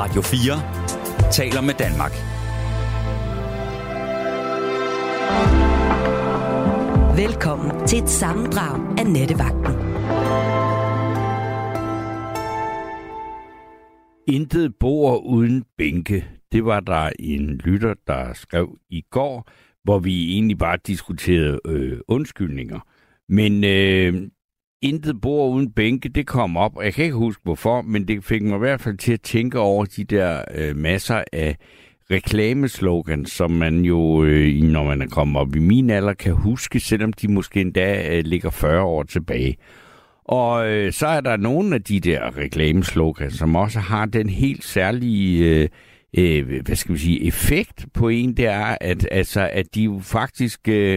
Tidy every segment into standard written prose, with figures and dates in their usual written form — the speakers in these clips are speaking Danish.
Radio 4 taler med Danmark. Velkommen til et sammendrag af Nettevagten. Intet bord uden bænke. Det var der en lytter, der skrev i går, hvor vi egentlig bare diskuterede undskyldninger. Men intet bord uden bænke, det kom op, og jeg kan ikke huske hvorfor, men det fik mig i hvert fald til at tænke over de der masser af reklameslogans, som man jo, når man er kommet op i min alder, kan huske, selvom de måske endda ligger 40 år tilbage. Og så er der nogle af de der reklameslogans, som også har den helt særlige effekt på en, det er, at de jo faktisk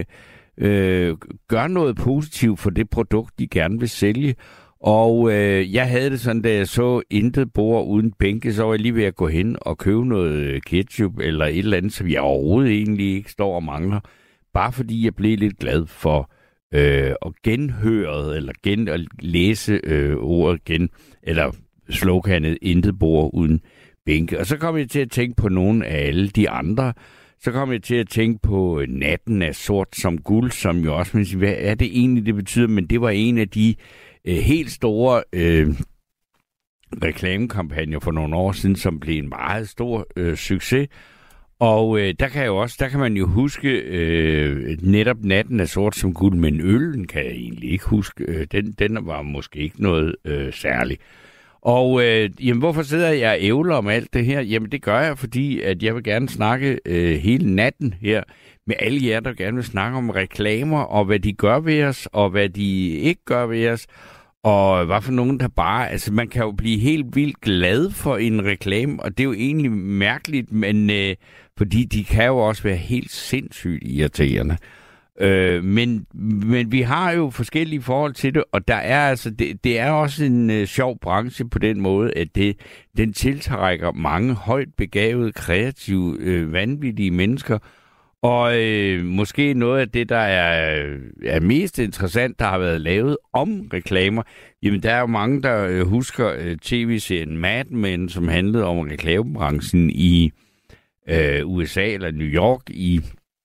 gør noget positivt for det produkt, de gerne vil sælge. Og jeg havde det sådan, da jeg så intet bord uden bænke, så var jeg lige ved at gå hen og købe noget ketchup eller et eller andet, som jeg overhovedet egentlig ikke står og mangler. Bare fordi jeg blev lidt glad for at genhøre eller at læse ordet igen, eller sloganet intet bord uden bænke. Og så kom jeg til at tænke på nogle af alle de andre. Så kom jeg til at tænke på natten er sort som guld, som jo også, man siger, hvad er det egentlig, det betyder? Men det var en af de helt store reklamekampagner for nogle år siden, som blev en meget stor succes. Og der kan man jo huske netop natten er sort som guld, men øllen kan jeg egentlig ikke huske. Den var måske ikke noget særligt. Og hvorfor sidder jeg og ævler om alt det her? Jamen det gør jeg, fordi at jeg vil gerne snakke hele natten her med alle jer, der gerne vil snakke om reklamer, og hvad de gør ved os, og hvad de ikke gør ved os. Og hvad for nogen, der bare... Altså, man kan jo blive helt vildt glad for en reklame, og det er jo egentlig mærkeligt, men fordi de kan jo også være helt sindssygt irriterende. Men vi har jo forskellige forhold til det, og der er altså det er også en sjov branche på den måde, at den tiltrækker mange højt begavede, kreative, vanvittige mennesker. Og måske noget af det, der er mest interessant, der har været lavet om reklamer, jamen der er jo mange, der husker tv-serien Mad Men, som handlede om reklamebranchen i USA eller New York i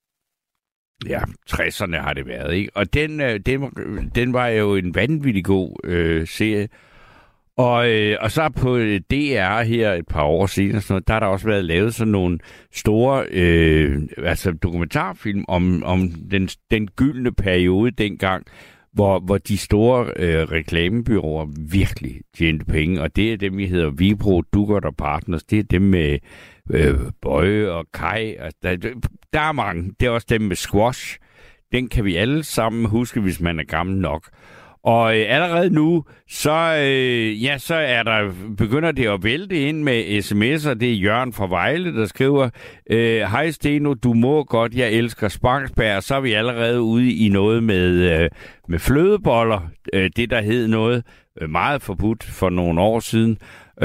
60'erne har det været, ikke? Og den var jo en vanvittig god serie. Og så på DR her et par år siden, der har der også været lavet sådan nogle store dokumentarfilm om den gyldne periode dengang, hvor de store reklamebyråer virkelig tjente penge. Og det er dem, vi hedder Vibro, Duggert og Partners. Det er dem med Bøje og Kai. Der er mange. Det er også dem med Squash. Den kan vi alle sammen huske, hvis man er gammel nok. Og allerede nu, så er der, begynder det at vælte ind med sms'er. Det er Jørgen fra Vejle, der skriver, hej Steno, du må godt, jeg elsker Spangsberg. Så er vi allerede ude i noget med flødeboller. Det, der hed noget meget forbudt for nogle år siden.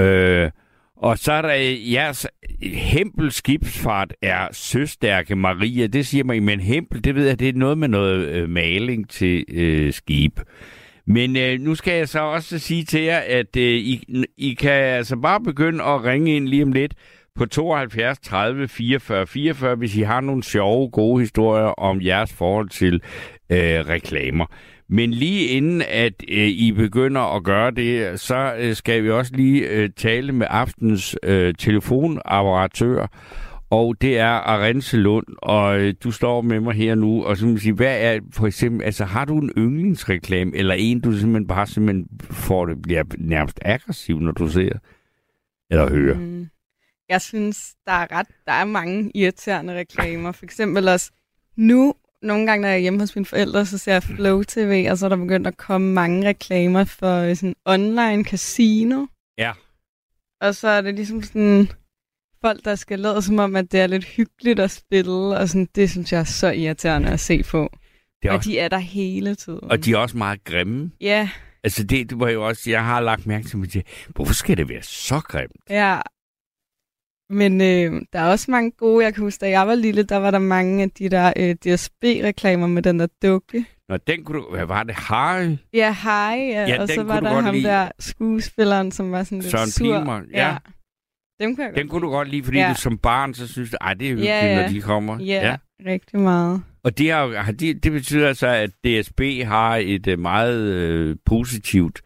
Og så er der jeres Hempel skibsfart er søstærke Maria. Det siger man, men Hempel, det ved jeg, det er noget med noget maling til skib. Men nu skal jeg så også sige til jer, at I kan altså bare begynde at ringe ind lige om lidt på 72 30 44 44, hvis I har nogle sjove, gode historier om jeres forhold til reklamer. Men lige inden at I begynder at gøre det, så skal vi også lige tale med aftens telefonapparatør. Og det er Arentse Lund, og du står med mig her nu, og så må sige, hvad er for eksempel, altså har du en yndlingsreklame, eller en, du simpelthen får det, bliver nærmest aggressiv, når du ser eller hører? Jeg synes, der er mange irriterende reklamer. For eksempel også nu, nogle gange, når jeg er hjemme hos mine forældre, så ser jeg Flow TV, og så er der begyndt at komme mange reklamer for sådan online casino. Ja. Og så er det ligesom sådan folk, der skal lade som om, at det er lidt hyggeligt at spille, og sådan, det synes jeg er så irriterende at se på. Og også, de er der hele tiden. Og de er også meget grimme. Ja. Altså det var jo også, jeg har lagt mærke til, hvorfor skal det være så grimt? Ja. Men der er også mange gode, jeg kan huske, da jeg var lille, der var der mange af de der DSB-reklamer med den der dukke. Nå, den kunne du... Hvad var det? Harry? Ja, Harry, ja. Og så var der ham lide. Der skuespilleren, som var sådan lidt Søren sur. Pilmark, ja. Dem kunne jeg godt Den kunne du godt lide, fordi du som barn, så synes du, det er hyggeligt, når de kommer. Ja, rigtig meget. Og det betyder altså, at DSB har et meget positivt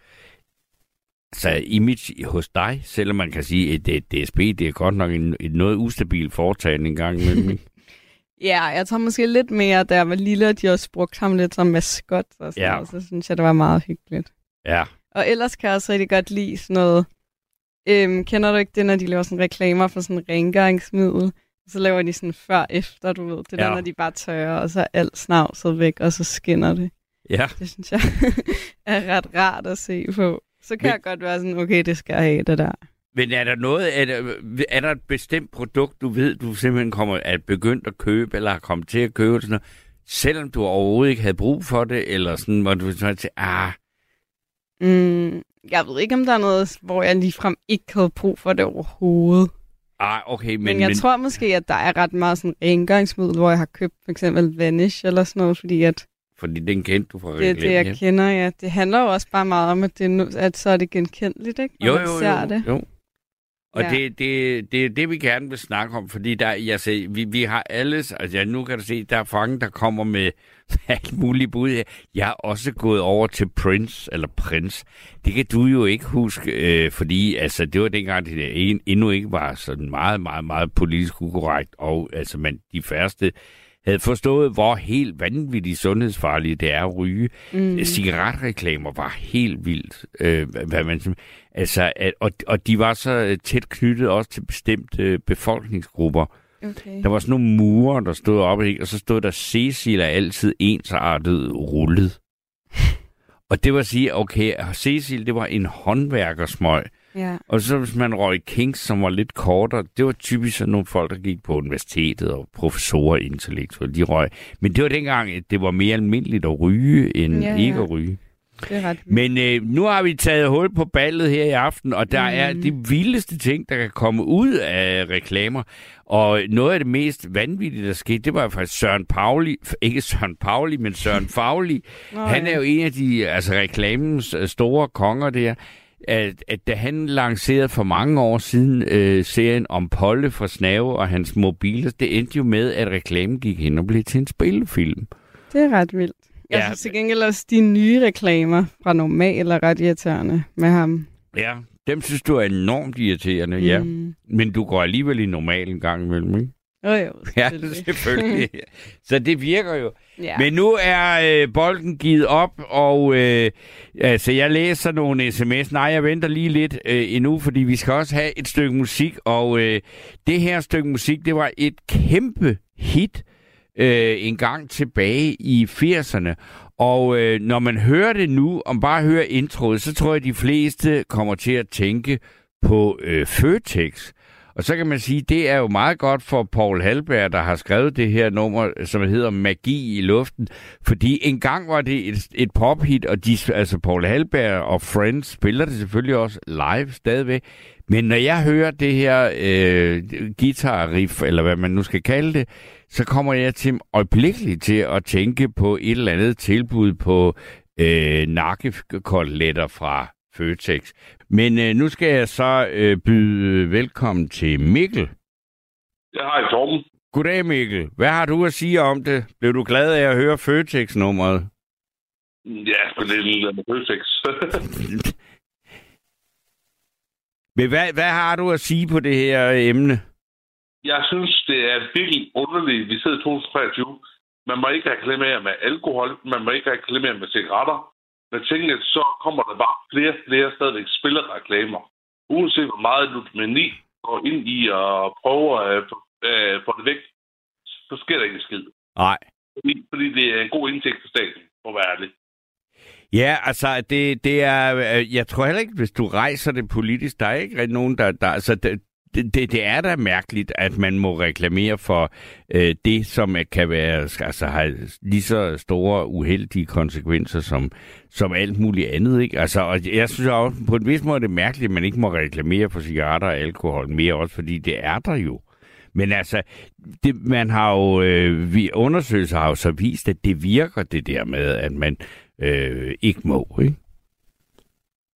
image hos dig, selvom man kan sige, at DSB, det er godt nok et noget ustabil foretagende en gang imellem. Ja, jeg tror måske lidt mere, da jeg var lille, at de også brugte ham lidt som maskot og sådan noget, så synes jeg, det var meget hyggeligt. Ja. Og ellers kan jeg også rigtig godt lide sådan noget. Kender du ikke det, når de laver sådan reklamer for sådan rengøringsmiddel? Så laver de sådan før-efter, du ved. Det der, når de bare tørrer, og så er alt snavset væk, og så skinner det. Ja. Det synes jeg er ret rart at se på. Så kan jeg godt være sådan, okay, det skal jeg have, det der. Men er der et bestemt produkt, du ved, du simpelthen er begyndt at købe, eller har kommet til at købe, sådan noget, selvom du overhovedet ikke havde brug for det, eller sådan, hvor du sådan til, jeg ved ikke, om der er noget, hvor jeg ligefrem ikke havde brug for det overhovedet. Okay, men jeg tror måske, at der er ret meget sådan rengøringsmiddel, hvor jeg har købt for eksempel Vanish eller sådan noget, fordi den kendte du fra reklamen. Det jeg kender, ja. Det handler jo også bare meget om, at så er det genkendeligt, ikke? Når man ser det. Jo. Og det er det, vi gerne vil snakke om, fordi vi har alles, altså nu kan du se, der er fange, der kommer med alt muligt bud her. Jeg er også gået over til Prince. Det kan du jo ikke huske, fordi altså, det var dengang, det endnu ikke var sådan meget, meget, meget politisk ukorrekt, og altså de færreste havde forstået, hvor helt vanvittigt sundhedsfarligt det er at ryge. Cigaretreklamer var helt vildt, hvad man altså, og de var så tæt knyttet også til bestemte befolkningsgrupper. Okay. Der var sådan nogle murer, der stod oppe, og så stod der, Cecil er altid ensartet rullet. Og det var at sige, okay, Cecil, det var en håndværkersmøg. Ja. Og så hvis man røg Kings, som var lidt kortere, det var typisk sådan nogle folk, der gik på universitetet og professorer intellektuelle, de røg. Men det var dengang, det var mere almindeligt at ryge, end ikke at ryge. Det er ret vildt. Men nu har vi taget hul på ballet her i aften, og der er de vildeste ting, der kan komme ud af reklamer. Og noget af det mest vanvittige, der skete, det var faktisk Søren Pauli. Ikke Søren Pauli, men Søren Fauli. Han er jo en af de reklamens store konger der. At da han lancerede for mange år siden serien om Polle fra Snave og hans mobiler, det endte jo med, at reklamen gik hen og blev til en spillefilm. Det er ret vildt. Jeg synes til gengæld også, de nye reklamer fra Normal er ret irriterende med ham. Ja, dem synes du er enormt irriterende, ja. Men du går alligevel i Normal en gang imellem, ikke? Jo, selvfølgelig. Så det virker jo. Ja. Men nu er bolden givet op, og altså jeg læser nogle sms. Nej, jeg venter lige lidt endnu, fordi vi skal også have et stykke musik, og det her stykke musik, det var et kæmpe hit en gang tilbage i 80'erne. Og når man hører det nu, om bare hører introet, så tror jeg, de fleste kommer til at tænke på Føtex. Og så kan man sige, det er jo meget godt for Paul Halberg, der har skrevet det her nummer, som hedder Magi i luften. Fordi engang var det et pophit, og altså Paul Halberg og Friends spiller det selvfølgelig også live stadigvæk. Men når jeg hører det her guitar-riff, eller hvad man nu skal kalde det, så kommer jeg til øjeblikkeligt til at tænke på et eller andet tilbud på nakkekoteletter fra Føtex. Men nu skal jeg så byde velkommen til Mikkel. Ja, hej Torben. Goddag Mikkel. Hvad har du at sige om det? Blev du glad af at høre Føtex-nummeret? Ja, for det er lille Føtex. Men hvad har du at sige på det her emne? Jeg synes, det er virkelig underligt. Vi sidder i 2023. Man må ikke reklamere med alkohol. Man må ikke reklamere med cigaretter. Men tænker, så kommer der bare flere stadigvæk spillerreklamer. Uanset hvor meget ludomani går ind i og prøver at få det væk, så sker der ikke skid. Nej. Fordi det er en god indtægt for staten, for at være ærlig. Ja, altså, det er... Jeg tror heller ikke, hvis du rejser det politisk, der er ikke rigtig nogen, der altså, det er da mærkeligt, at man må reklamere for det, som kan være, altså har lige så store uheldige konsekvenser som alt muligt andet, ikke? Altså, og jeg synes også, på en vis måde det er mærkeligt, at man ikke må reklamere for cigaretter og alkohol mere, også fordi det er der jo. Men altså, man har jo, undersøgelser har jo så vist, at det virker det der med, at man ikke må, ikke?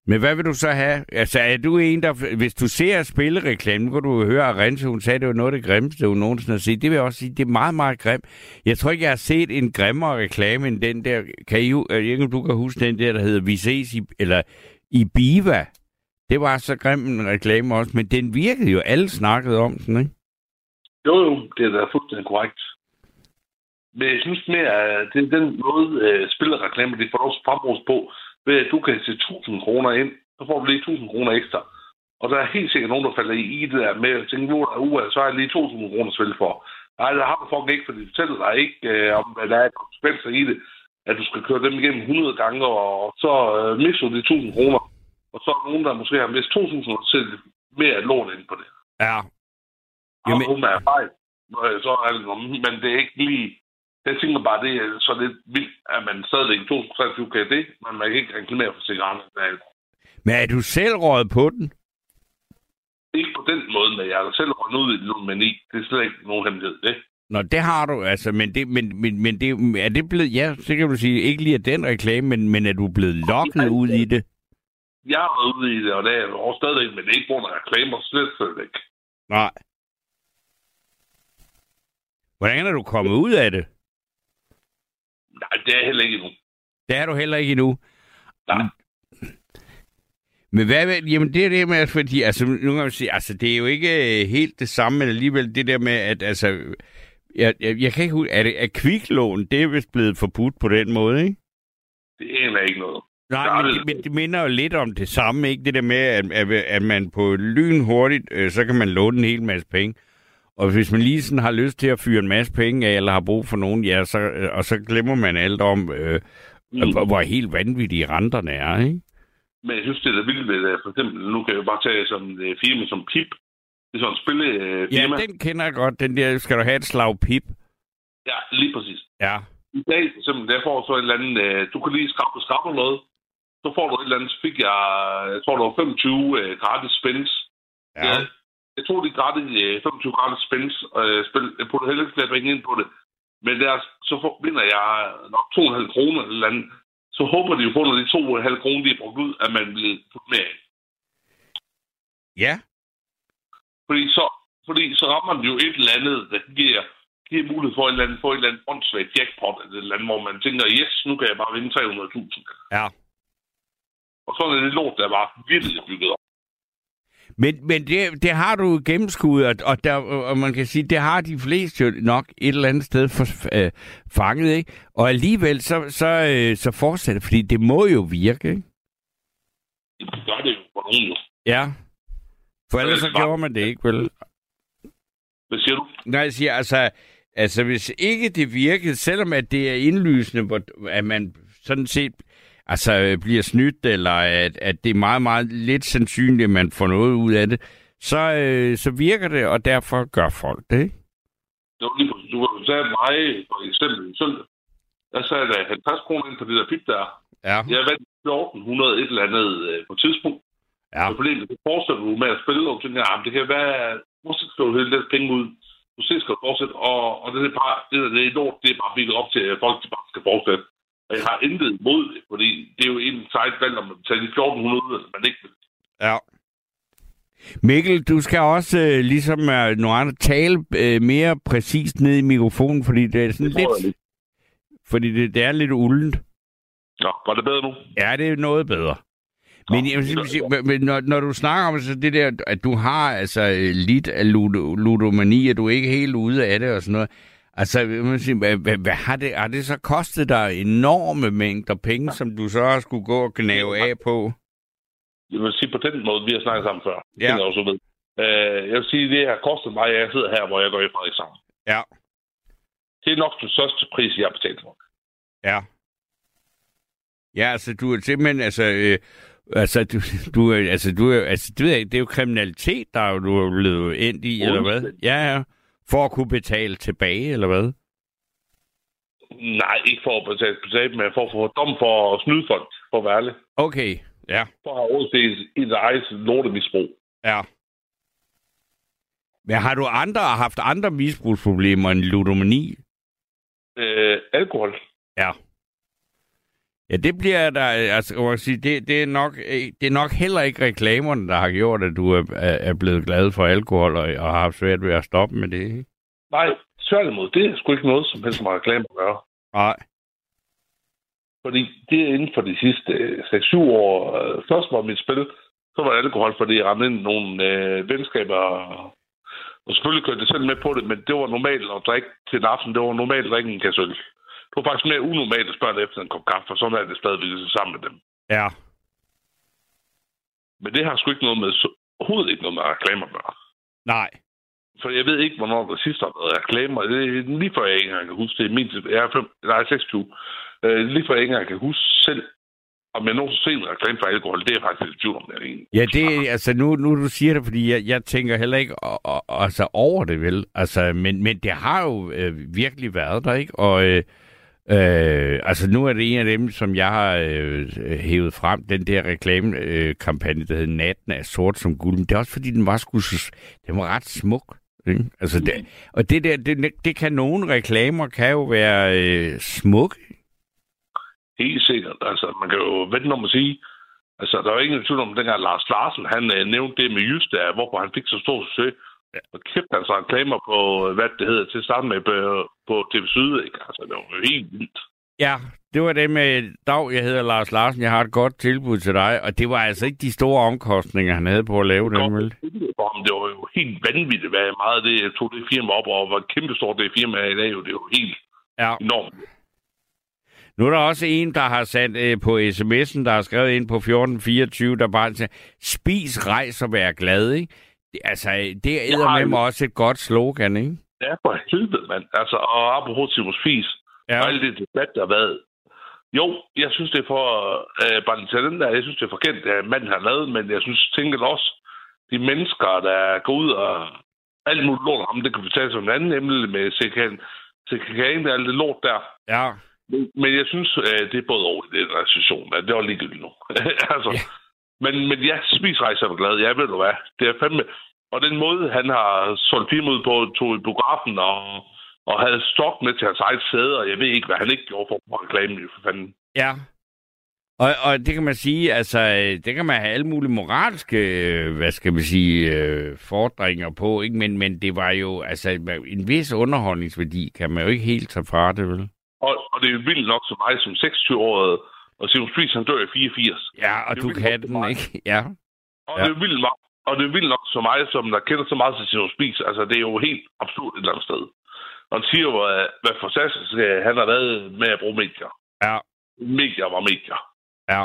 Men hvad vil du så have? Altså, er du en, der... Hvis du ser spillereklame, kan du høre, at Rense, hun sagde, det var noget af det grimmeste, hun nogensinde har set. Det vil jeg også sige, det er meget, meget grimt. Jeg tror ikke, jeg har set en grimmere reklame end den der... Jeg ikke, om du kan huske den der hedder Vi ses i Biva. Det var så grim en reklame også, men den virkede jo. Alle snakkede om den, ikke? Jo, det er da fuldstændig korrekt. Men jeg synes mere, at det er den måde, spillereklamer, de får også frembruges på, ved at du kan se 1.000 kroner ind, så får du lige 1.000 kroner ekstra. Og der er helt sikkert nogen, der falder i det der med at tænke, så er jeg lige 2.000 kroner spil for. Nej, der har du folk ikke, for de fortæller dig ikke, om hvad der er konsekvenser i det, at du skal køre dem igennem 100 gange, og så mister du de 1.000 kroner. Og så er der nogen, der måske har mistet 2.000 kroner til mere lån ind på det. Ja. Og hun er fejl. Så er det noget, men det er ikke lige... Jeg tænker bare, det er så lidt vildt, at man stadigvæk i 2023 kan det, men man kan ikke reklamere for cigaretter. Men er du selv røget på den? Ikke på den måde, men jeg har selv røget ud i ludomani. Det er slet ikke nogen hemmelighed, det. Nå, det har du, altså, men det, er det blevet... Ja, så kan du sige, ikke lige af den reklame, men er du blevet lokket ud i det? Jeg har været ude i det, og det er også stadigvæk, men det er ikke grund af reklamer, slet ikke. Nej. Hvordan er du kommet ud af det? Nej, det er jeg heller ikke endnu. Det er du heller ikke endnu? Nej. Men hvad... Jamen, det er det med, fordi... Altså, nu kan man sige, altså, det er jo ikke helt det samme, men alligevel det der med, at altså... Jeg kan ikke huske... Er kviklån, det er vist blevet forbudt på den måde, ikke? Det er ikke noget. Nej, men det minder jo lidt om det samme, ikke? Det der med, at man på lyn hurtigt, så kan man låne en hel masse penge. Og hvis man lige sådan har lyst til at fyre en masse penge af, eller har brug for nogen, ja, så glemmer man alt om, hvor helt vanvittige renterne er, ikke? Men jeg synes, det er da vildt ved, for eksempel, nu kan jeg jo bare tage som firma som PIP. Det er sådan en spillefirma. Ja, den kender jeg godt. Den der, skal du have et slag PIP? Ja, lige præcis. Ja. I dag, for eksempel, der får så et eller andet, du kan lige skrabe noget, så får du et eller andet, så fik jeg tror, der var 25 gratis spins. Ja. Jeg tror, det er gratis, 25 gratis spins, spil. Jeg putter heller ikke flere penge ind på det. Men så vinder jeg nok 2,5 kroner eller andet. Så håber de jo på, når de 2,5 kroner, de er brugt ud, at man vil putte med af. Ja. Fordi så rammer man jo et eller andet, der giver mulighed for et eller andet åndssvagt jackpot, eller et eller andet, hvor man tænker, yes, nu kan jeg bare vinde 300.000. Ja. Og så er det lort, der er bare virkelig bygget op. Men det har du gennemskuddet, og man kan sige, det har de fleste jo nok et eller andet sted fanget, ikke? Og alligevel så fortsætter, fordi det må jo virke, ikke? Det gør det jo for nogen jo. Ja. For ellers så gjorde man det ikke, vel? Hvad siger du? Nej, jeg siger, altså hvis ikke det virkede, selvom at det er indlysende, at man sådan set bliver snydt, eller at det er meget, meget lidt sandsynligt, at man får noget ud af det, så virker det, og derfor gør folk det, ikke? Du kan tage mig, for eksempel i søndag. Jeg sagde da 50 kroner ind på det der pip der. Ja. Jeg vandt 1.400 et eller andet på et tidspunkt. Ja. Og problemet, det fortsætter du med at spille, og tænker, det kan være, måske skal du hælde lidt penge ud. Du skal du fortsætte, og det er bare, det er lort, det er bare bygget op til, at folk bare skal fortsætte. Og jeg har intet imod det, fordi det er jo en sejt valg, om man tager de 1.400 ud, eller man ikke vil. Ja. Mikkel, du skal også ligesom nogle andre tale mere præcist ned i mikrofonen, fordi det er sådan lidt... Fordi det er lidt uldent. Ja, var det bedre nu? Ja, det er noget bedre. Men jeg vil sige, når du snakker om så det der, at du har lidt af ludomani, at du ikke er helt ude af det og sådan noget. Altså, hvad har det så kostet dig enorme mængder penge, som du så har skulle gå og gnave af på? Jeg vil sige på den måde, vi har snakket sammen før. Ja. Jeg også ved. Jeg vil sige, det har kostet mig, at jeg sidder her, hvor jeg går i Frederikshavn. Ja. Det er nok den største pris, jeg har betalt for. Ja. Ja, altså, du er simpelthen, det er jo kriminalitet, du er blevet endt i, eller hvad? Ja. For at kunne betale tilbage, eller hvad? Nej, ikke for at betale tilbage, men for at få dom for at snyde folk, for at være ærlig. Okay, ja. For at have oversteget i det eget lortemisbrug. Ja. Men har du haft andre misbrugsproblemer end ludomani? Alkohol. Ja. Ja, det bliver der, altså, jeg sige, det er nok heller ikke reklamerne, der har gjort, at du er blevet glad for alkohol og har haft svært ved at stoppe med det, ikke? Nej, tværtimod, det er sgu ikke noget, som helst med reklamer at gøre. Nej. Fordi det er inden for de sidste 6-7 år. Først var mit spil, så var det alkohol, fordi jeg ramte ind nogle venskaber. Og selvfølgelig kørte jeg selv med på det, men det var normalt at drikke til en aften. Det var normalt at drikke en kasse øl. Det var faktisk mere unormalt at spørge efter en kop kaffe, for sådan er det stadigvæk sammen med dem. Ja. Men det har sgu ikke noget med, overhovedet ikke noget med reklamer at gøre. Nej. For jeg ved ikke, hvornår der sidst har været reklamer. Det er lige før jeg ikke engang kan huske det. Jeg er 26. Lige før jeg ikke engang kan huske selv, om jeg nogensinde set en reklame for alkohol. Det er faktisk lidt tvivl om det egentlig. Ja, det er, altså nu du siger det, fordi jeg tænker heller ikke altså over det, vel? Altså, men det har jo virkelig været der, ikke? Og altså nu er det en af dem, som jeg har hævet frem, den der reklamekampagne, der hed Natten er sort som guld. Men det er også fordi, den var ret smuk. Ikke? Altså, og det kan nogle reklamer kan jo være smuk. Helt sikkert. Altså, man kan jo vente om at sige, altså, der er jo ingen tvivl om, dengang Lars Larsen, han nævnte det med Just der, hvorfor han fik så stor succes. Og kæft, han så reklamer på, hvad det hedder, til at starte med på TV Syd, ikke? Altså, det var jo helt vildt. Ja, det var det med, Dag, jeg hedder Lars Larsen, jeg har et godt tilbud til dig, og det var altså ikke de store omkostninger, han havde på at lave den, vel? Det var jo helt vanvittigt, hvad meget det tog det firma op, og hvor kæmpestort det firma er i dag, det er jo helt enormt. Nu er der også en, der har sat på sms'en, der har skrevet ind på 1424, der bare siger, spis, rejs og vær glad, ikke? Det er eddermame også et godt slogan, ikke? Ja, for helvede, mand. Altså, og apropos Simon Spies, og alt det debat, der har været. Jo, jeg synes, det er for... bare lige til den der, jeg synes, det er forkert, at manden har lavet, men jeg synes, tænker også, de mennesker, der går ud og alt muligt lort ham, det kan fortælle som en anden, nemlig med CKK'en, alt det lort der. Ja. Men jeg synes, det er både over i den recession. Det var ligegyldigt nu. Altså, men ja, spisrejser er glad. Jeg ved du hvad. Det er fandme... Og den måde, han har solgt film ud på, tog i biografen og havde stok med til hans eget sæde, og jeg ved ikke, hvad han ikke gjorde for reklamen, for fanden. Ja. Og det kan man sige, altså, det kan man have alle mulige moralske, hvad skal man sige, fordringer på, ikke? Men det var jo, altså, en vis underholdningsværdi kan man jo ikke helt tage fra det, vel? Og det er jo vildt nok så mig som 26-årig, og Simon Spies, han dør i 84. Ja, og du kan den, ikke? Ja. Og det er vildt nok. Og det er vildt nok så mig, som der kender så meget til Simon Spies. Altså, det er jo helt absurd et eller andet sted. Og han siger jo, hvad fantastisk han har været med at bruge medier. Ja. Medier var medier. Ja.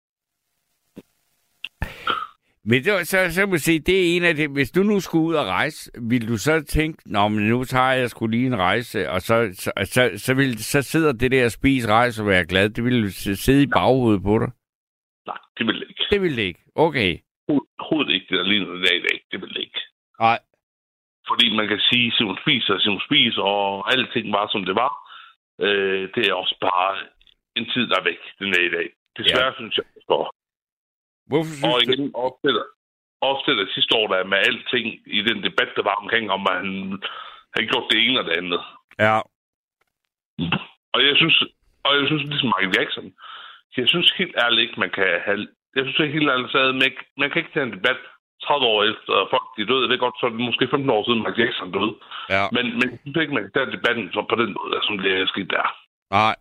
Men det, så må sige, det er en af det. Hvis du nu skulle ud og rejse, vil du så tænke, nå, men nu tager jeg sgu lige en rejse, og så sidder det der spis, rejse og være glad. Det vil sidde i baghovedet på dig? Nej, det vil det ikke. Det vil det ikke? Okay. Overhovedet ikke, det der ligner det i dag. Det vil det ikke. Nej. Fordi man kan sige, Simon Spies og alting var, som det var. Det er også bare en tid, der er væk, den er i dag. Desværre synes jeg, for. Hvorfor synes og igen, også det sidste år, der med alting i den debat, der var omkring, om man havde gjort det ene og det andet. Ja. Og jeg synes ligesom Michael Jackson, jeg synes helt ærligt ikke, man kan have... Jeg synes ikke helt ærligt, at man kan ikke tage en debat 30 år efter folk de døde. Det er godt, så er det måske 15 år siden Michael Jackson døde. Ja. Men jeg synes ikke, man kan tage debatten på den måde, som det er sket der. Nej.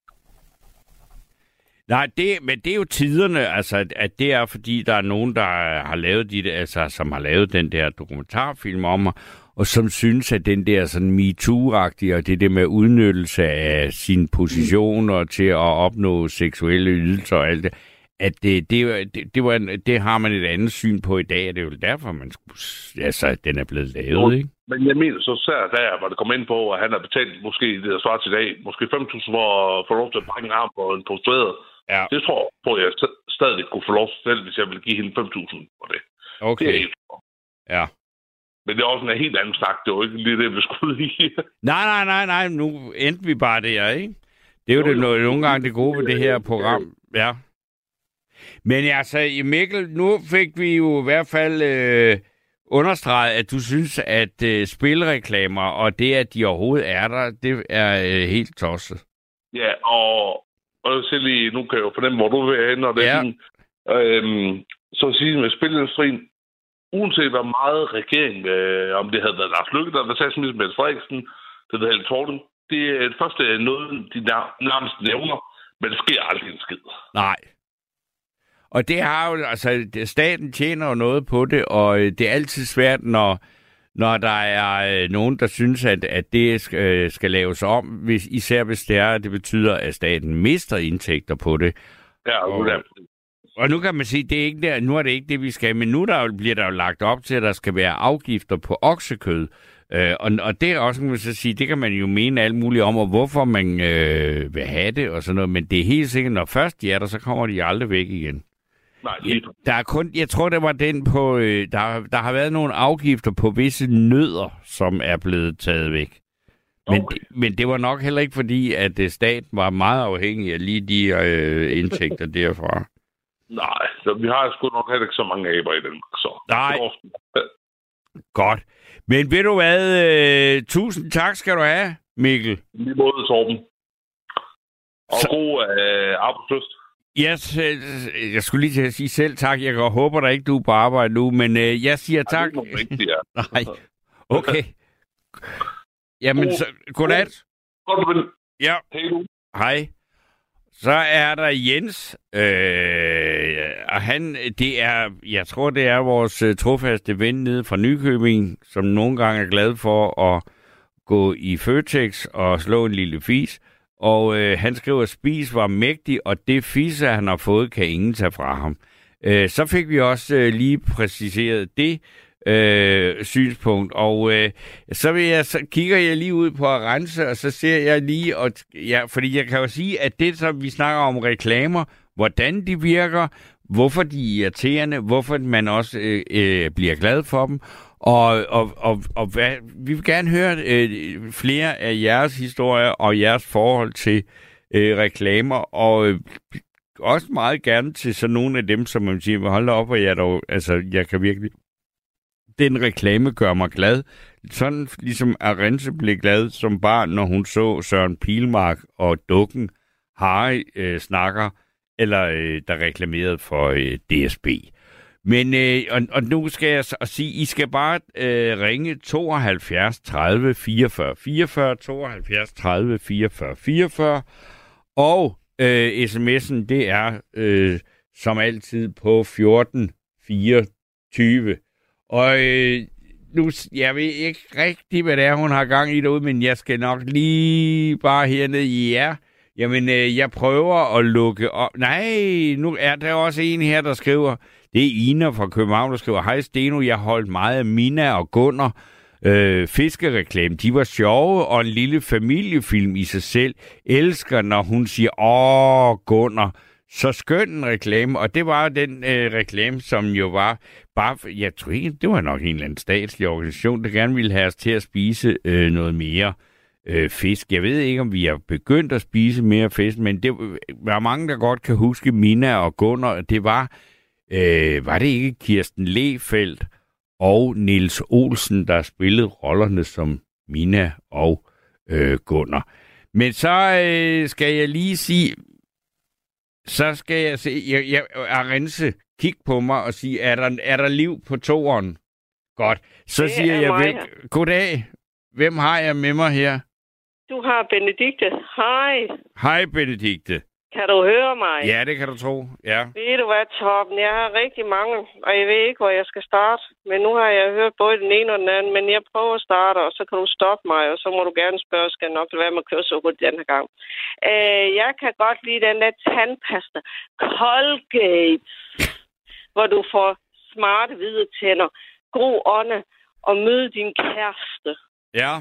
Nej, men det er jo tiderne, altså, at det er, fordi der er nogen, der har lavet som har lavet den der dokumentarfilm om mig, og som synes, at den der sådan MeToo-agtige, og det der med udnyttelse af sine positioner til at opnå seksuelle ydelser og alt det, at det har man et andet syn på i dag, og det er jo derfor, den er blevet lavet, ikke? Men jeg mener så særligt der, hvor det kom ind på, at han har betalt måske det, der svarer til i dag, måske 5.000 for at få lov til at brække en arm på en prostitueret. Ja. Det tror jeg stadig kunne få lov til selv, hvis jeg ville give hende 5.000 for det. Okay. Det er helt ja. Men det er også en helt anden snak. Det var ikke lige det, vi skulle i. Nej. Nu endte vi bare der, ikke? Det er jo det nogle gange det gode ved det her program. Ja. Men altså, Mikkel, nu fik vi jo i hvert fald understreget, at du synes, at spilreklamer og det, at de overhovedet er der, det er helt tosset. Ja, og og jeg siger lige, nu kan jeg jo fornemme, hvor du vil hen, og det er sådan, så at sige med spilindustrien, uanset hvor meget regering, om det havde været Lars Løkke, der var statsminister Mette Frederiksen, det havde Helle Thorning, det er det første noget, de nærmest nævner, men det sker aldrig en skid. Nej. Og det har jo, altså, staten tjener jo noget på det, og det er altid svært, når der er nogen, der synes, at det skal laves om, især hvis det betyder, at staten mister indtægter på det. Ja, og nu kan man sige, det er ikke der, nu er det ikke det, vi skal, men nu bliver der jo lagt op til, at der skal være afgifter på oksekød. Og det er også, kan man så sige, det kan man jo mene alt muligt om, og hvorfor man vil have det og sådan noget, men det er helt sikkert, når først de er der, så kommer de aldrig væk igen. Nej, der er kun, jeg tror, det var den på, der har været nogle afgifter på visse nødder, som er blevet taget væk. Men det var nok heller ikke fordi, at staten var meget afhængig af lige de indtægter derfra. Nej, så vi har sgu nok heller ikke så mange aber i den. Så. Nej. Godt. Men ved du hvad, tusind tak skal du have, Mikkel. Lige måde, Torben. Og god arbejdslyst. Yes, jeg skulle lige til at sige selv tak. Jeg håber da ikke, du er på arbejde nu, men jeg siger tak. Det er rigtigt, ja. Nej, okay. Jamen, så, godnat. Godt, ja. Hej du. Hej. Så er der Jens, og jeg tror, det er vores trofaste ven nede fra Nykøbing, som nogle gange er glad for at gå i Føtex og slå en lille fis. Og han skriver, at spis var mægtig, og det fisse, han har fået, kan ingen tage fra ham. Så fik vi også lige præciseret det synspunkt, og så kigger jeg lige ud på at rense, og så ser jeg lige, fordi jeg kan jo sige, at det, som vi snakker om reklamer, hvordan de virker, hvorfor de er irriterende, hvorfor man også bliver glad for dem, og vi vil gerne høre flere af jeres historier og jeres forhold til reklamer, og også meget gerne til sådan nogle af dem, som man siger, hold da op, og jeg kan virkelig, den reklame gør mig glad. Sådan ligesom Arense blev glad som barn, når hun så Søren Pilmark og dukken Harry snakker, eller der reklamerede for DSB. Men, og nu skal jeg sige, I skal bare ringe 72 30 44 44, 72 30 44 44, og sms'en, det er som altid på 14 24. Og nu, jeg ved ikke rigtig, hvad det er, hun har gang i derude, men jeg skal nok lige bare hernede i jer. Jamen, jeg prøver at lukke op. Nej, nu er der også en her, der skriver, det er Ina fra København, der skriver, hej Steno, jeg holdt meget af Mina og Gunnar. Fiskereklame, de var sjove, og en lille familiefilm i sig selv. Elsker, når hun siger, Gunnar. Så skøn en reklame, og det var den reklame, som jo var bare, jeg tror ikke, det var nok en eller anden statslig organisation, der gerne ville have os til at spise noget mere fisk. Jeg ved ikke, om vi har begyndt at spise mere fisk, men det var mange, der godt kan huske Mina og Gunnar. Det var det ikke Kirsten Lehfeldt og Niels Olsen, der spillede rollerne som Mina og Gunnar. Men så skal jeg lige sige, så skal jeg se, Arense, kig på mig og sige, er der liv på toeren? Godt. Så det siger jeg, goddag. Hvem har jeg med mig her? Du har Benedikte. Hej. Hej, Benedikte. Kan du høre mig? Ja, det kan du tro. Ja. Ved du hvad, Torben? Jeg har rigtig mange, og jeg ved ikke, hvor jeg skal starte. Men nu har jeg hørt både den ene og den anden, men jeg prøver at starte, og så kan du stoppe mig, og så må du gerne spørge, skal jeg nok lade være med at køre så hurtigt den her gang. Jeg kan godt lide den der tandpasta. Colgate, hvor du får smarte hvide tænder, god ånde, og møde din kæreste. Ja.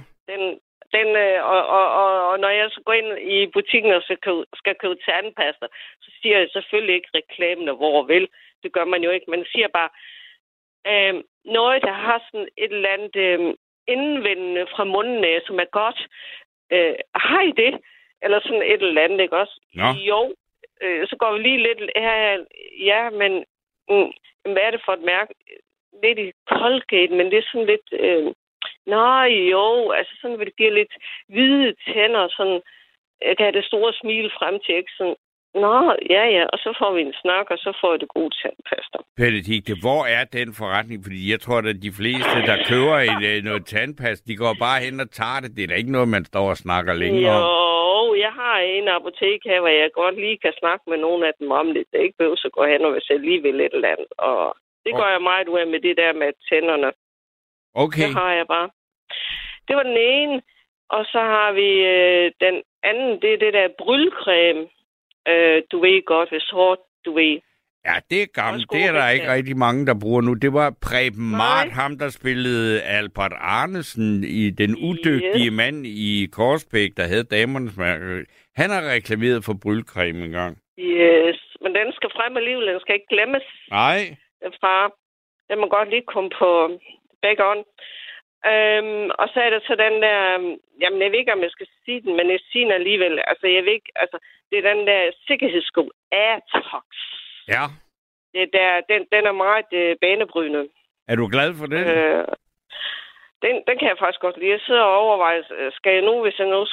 Og når jeg så går ind i butikken og skal købe tandpasta, så siger jeg selvfølgelig ikke reklamen, hvor vel. Det gør man jo ikke. Man siger bare, noget, der har sådan et eller andet indvendende fra munden af, som er godt. Har I det? Eller sådan et eller andet, ikke også? Ja. Jo. Så går vi lige lidt her. Ja, men hvad er det for et mærke? Lidt i Colgate, men det er sådan lidt... Nej, jo, altså sådan vil det give lidt hvide tænder, sådan kan have det store smil frem til, ikke? Sådan, Nå, ja, og så får vi en snak, og så får jeg det gode tandpasta. Benedikte, hvor er den forretning? Fordi jeg tror, at de fleste, der køber noget tandpasta, de går bare hen og tager det. Det er da ikke noget, man står og snakker længere om. Jo, jeg har en apotek her, hvor jeg godt lige kan snakke med nogle af dem om det. Det ikke behøver så gå hen, og hvis jeg lige vil et eller andet. Og det går jeg meget ud af med det der med tænderne. Okay. Det har jeg bare. Det var den ene. Og så har vi den anden, det er det der brylcreme. Du ved godt, hvis hårdt, du ved. Ja, det er gammelt. Det er der ikke rigtig mange, der bruger nu. Det var Preben Mart, ham der spillede Albert Arnesen i Den udygtige mand i Korsbæk, der havde damernes mærke. Han har reklameret for brylcreme en gang. Yes, men den skal frem alligevel. Den skal ikke glemmes. Nej. Den må godt lige komme på back on. Og så er der så den der, jamen jeg ved ikke, om jeg skal sige den, men jeg siger den alligevel. Altså jeg ved ikke, altså det er den der sikkerhedssko, Airtox. Ja. Det der, den er meget banebrydende. Er du glad for den? Den kan jeg faktisk godt lide. Jeg sidder og overvejer, skal jeg nu, hvis jeg nu,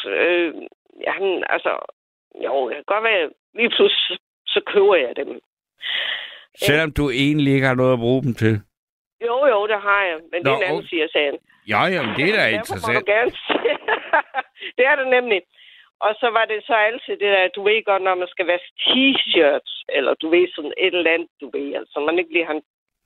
jo, det kan godt være, lige pludselig, så køber jeg dem. Selvom du egentlig ikke har noget at bruge dem til? Jo, det har jeg. Men det er en anden siger sagen. Ja, jamen, det er da interessant. Det er det nemlig. Og så var det så altid det der, du ved godt, når man skal vaske t-shirts, eller du ved sådan et eller andet, du ved, altså man ikke lige har...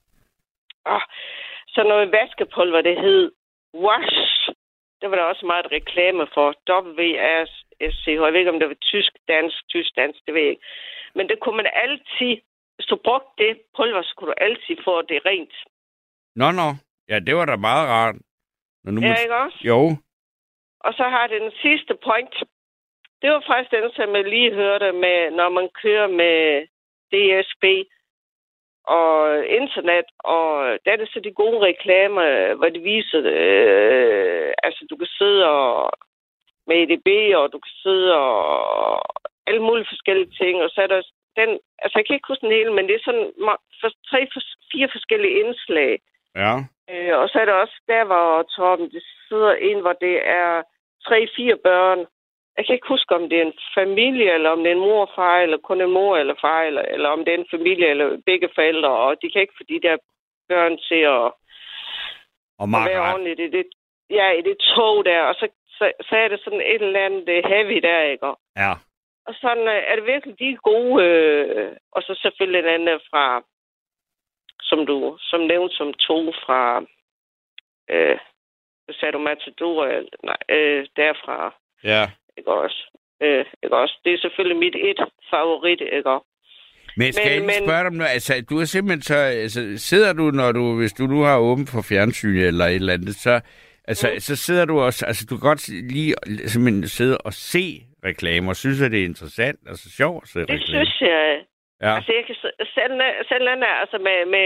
Så noget vaskepulver, det hed Wash. Det var der også meget reklame for. WASC. Jeg ved ikke, om det var tysk, dansk, det ved jeg ikke. Men det kunne man altid... Hvis du brugte det pulver, så kunne du altid få det rent. Nå. Ja, det var da meget rart. Ikke også? Jo. Og så har det den sidste point. Det var faktisk den, som jeg lige hørte med, når man kører med DSB og internet. Og der er det så de gode reklamer, hvor de viser, altså du kan sidde og med EDB, og du kan sidde og alle mulige forskellige ting. Og så er der den, altså jeg kan ikke huske den hele, men det er sådan 3-4 forskellige indslag. Ja. Og så er der også der, hvor Torben, det sidder en, hvor det er 3-4 børn. Jeg kan ikke huske, om det er en familie, eller om det er en mor og far, eller kun en mor eller far, eller om det er en familie, eller begge forældre. Og de kan ikke få de der børn til at være ordentligt i det tog der. Og så er det sådan et eller andet heavy der, ikke? Ja. Og sådan er det virkelig de gode. Og så selvfølgelig en anden fra... Som nævnt som to fra, sagde du Matador, derfra. Ja. Ikke også? Det er selvfølgelig mit favorit, ikke også? Men skal jeg spørge dig om noget? Altså, du er simpelthen så... Altså, sidder du, hvis du nu har åbent for fjernsyn eller et eller andet, så sidder du også... Altså, du kan godt lige simpelthen sidde og se reklamer. Synes jeg, det er interessant? Altså, sjovt at se reklamer? Det synes jeg... Ja. Altså, jeg kan selv den der, altså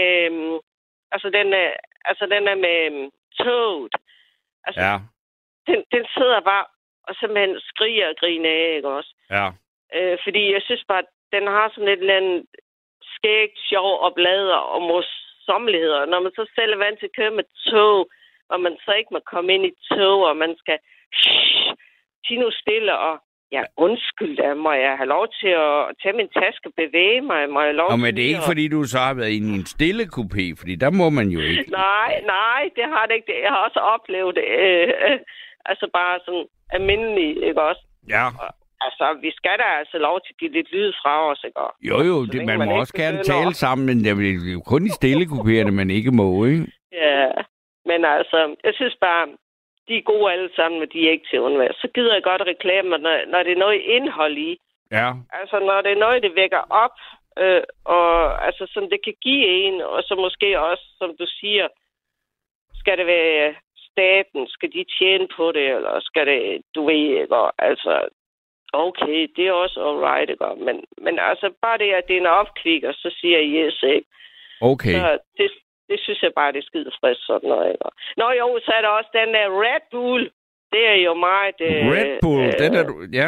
den er med toget. Altså, ja. Den sidder bare og simpelthen skriger og griner af, ikke også? Ja. Fordi jeg synes bare, den har sådan et eller andet skægt, sjov og blader og morsommeligheder. Når man så selv er vant til at køre med tog, og man så ikke må komme ind i tog, og man skal sige nu stille og ja, undskyld da, må jeg have lov til at tage min taske og bevæge mig? Må jeg lov til men det er ikke, fordi du så har været inde i en stille kupé, fordi der må man jo ikke. Nej, det har det ikke. Jeg har også oplevet det. Altså bare sådan almindelig, ikke også? Ja. Altså, vi skal da altså lov til at give lidt lyd fra os, ikke? Jo, det, man må også gerne tale sammen, men det er jo kun i stille kupéerne, man ikke må, ikke? Ja, men altså, jeg synes bare... De er gode alle sammen, men de er ikke til at undvære. Så gider jeg godt reklame, når det er noget indhold i. Ja. Altså, når det er noget, det vækker op, og altså, som det kan give en, og så måske også, som du siger, skal det være staten, skal de tjene på det, eller skal det, du ved, ikke? Altså, okay, det er også alright, ikke? Men altså, bare det, at det er en opkvikker, så siger jeg yes, ikke? Okay. Så det synes jeg bare, det er skide frisk, sådan noget, ikke? Nå jo, så er der også den der Red Bull. Det er jo meget... Red Bull, den er du... Ja.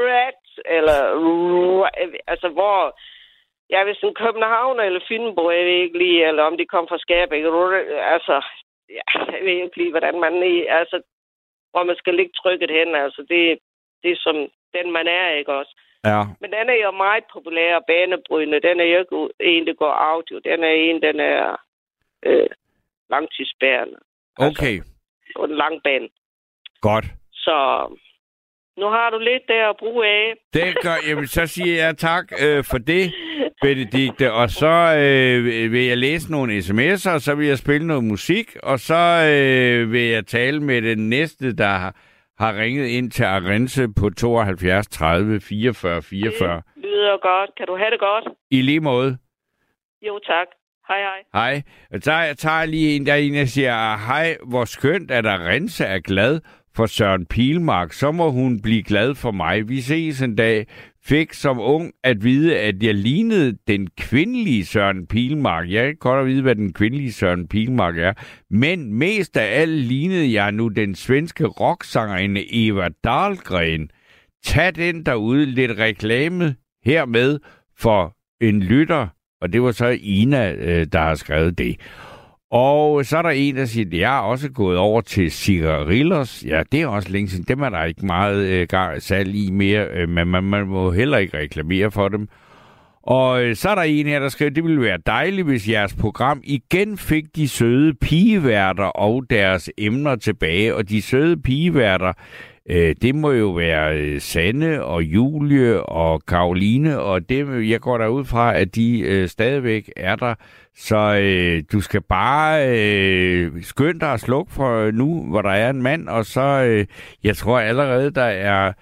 Altså, hvor... Ja, hvis en Københavner eller Fynbo, jeg ved ikke lige, eller om de kom fra Skærbæk, altså... Ja, jeg ved ikke lige, hvordan man... Altså, hvor man skal ligge trykket hen, altså, det er som den, man er, ikke også? Ja. Men den er jo meget populær og banebrydende. Den er jo ikke en, der går audio. Den er langtidsbærende. Okay. Altså, på den lange bane. Godt. Så nu har du lidt der at bruge af. Det gør, jamen, så siger jeg tak for det, Benedikte. Og så vil jeg læse nogle sms'er, og så vil jeg spille noget musik, og så vil jeg tale med den næste, der har ringet ind til Arense på 72 30 44 44. Det lyder godt. Kan du have det godt? I lige måde. Jo, tak. Hej, hej. Hej. Så tager jeg lige en, der siger, hej, hvor skønt, at Arense er glad for Søren Pilmark. Så må hun blive glad for mig. Vi ses en dag. Fik som ung at vide, at jeg lignede den kvindelige Søren Pilmark. Jeg kan godt at vide, hvad den kvindelige Søren Pilmark er. Men mest af alt lignede jeg nu den svenske rocksangerinde Eva Dahlgren. Tag den derude, lidt reklame hermed for en lytter. Og det var så Ina, der har skrevet det. Og så er der en, der siger, at jeg er også gået over til cigarillos. Ja, det er også længe siden. Dem er der ikke meget salg i mere, men man må heller ikke reklamere for dem. Og så er der en her, der skriver, det ville være dejligt, hvis jeres program igen fik de søde pigeværter og deres emner tilbage. Og de søde pigeværter, det må jo være Sanne og Julie og Karoline, og det, jeg går derud fra, at de stadigvæk er der. Så du skal bare skynde dig at slukke for nu, hvor der er en mand, og så, jeg tror allerede, der er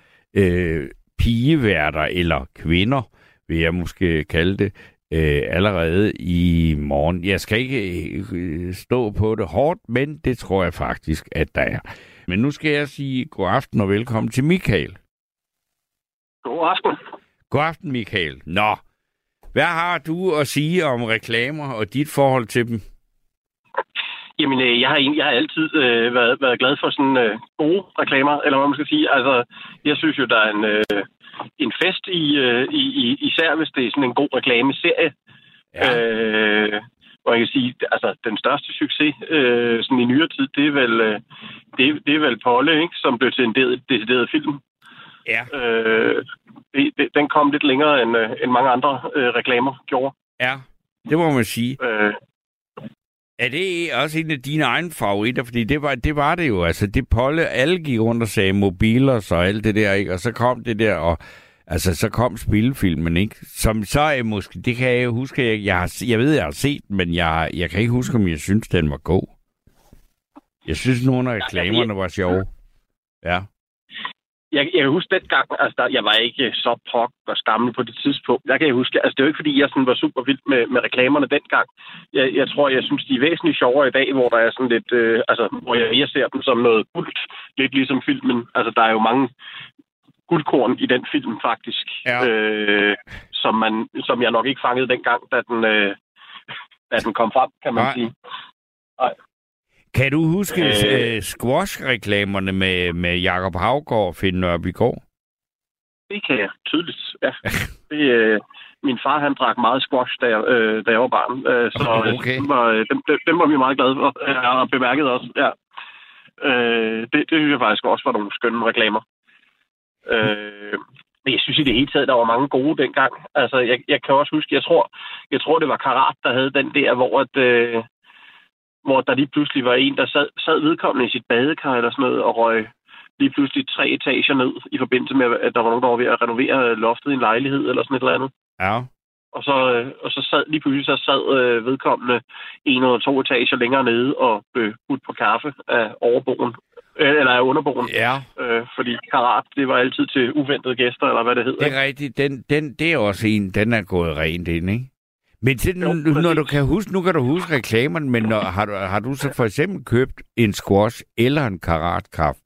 pigeværter, eller kvinder, vil jeg måske kalde det, allerede i morgen. Jeg skal ikke stå på det hårdt, men det tror jeg faktisk, at der er. Men nu skal jeg sige god aften og velkommen til Michael. God aften. God aften, Michael. Nå, hvad har du at sige om reklamer og dit forhold til dem? Jamen, jeg har altid været glad for sådan gode reklamer, eller hvad man skal sige. Altså, jeg synes jo, der er en fest især hvis det er sådan en god reklameserie. Ja. Og jeg kan sige, altså den største succes sådan i nyere tid, det er vel Polle, ikke, som blev til en decideret film. Ja. Den kom lidt længere end mange andre reklamer gjorde. Ja, det må man sige. Er det også en af dine egne favoritter? Fordi det var det jo. Altså, det Polle, alle gik rundt og sagde mobiler og alt det der, ikke? Og så kom det der, og altså, så kom spillefilmen, ikke? Som så er måske, det kan jeg huske, jeg ved, jeg har set den, men jeg kan ikke huske, om jeg synes, den var god. Jeg synes, nogle af reklamerne var sjove. Ja. Jeg kan huske dengang, altså jeg var ikke så og gammel på det tidspunkt. Jeg kan huske, altså det er jo ikke fordi, jeg sådan var super vild med reklamerne dengang. Jeg tror, jeg synes, de er væsentligt sjovere i dag, hvor der er sådan lidt, hvor jeg ser dem som noget guld. Lidt ligesom filmen. Altså der er jo mange guldkorn i den film faktisk, ja. Som jeg nok ikke fangede dengang, da den kom frem, kan man sige. Nej. Kan du huske squash-reklamerne med Jakob Haugaard og Finn Nørbygaard? Det kan jeg tydeligt, ja. Min far, han drak meget squash, da jeg var barn. Så okay. Dem var vi meget glade for, og bemærkede også. Ja. Det synes jeg faktisk også var nogle skønne reklamer. Men jeg synes i det hele taget, der var mange gode dengang. Altså, jeg kan også huske, jeg tror det var Karat, der havde den der, hvor der lige pludselig var en, der sad vedkommende i sit badekar eller sådan noget, og røg lige pludselig 3 etager ned, i forbindelse med, at der var nogen, der var ved at renovere loftet i en lejlighed eller sådan et eller andet. Ja. Og så sad lige pludselig vedkommende 1 eller 2 etager længere nede og blev budt på kaffe af overboen. Eller af underboen. Ja. Fordi Karat, det var altid til uventede gæster, eller hvad det hedder. Det er rigtigt. Det er også en, den er gået rent ind, ikke? Men når du kan huske, nu kan du huske reklamerne, men har du så for eksempel købt en squash eller en Karat-kaffe?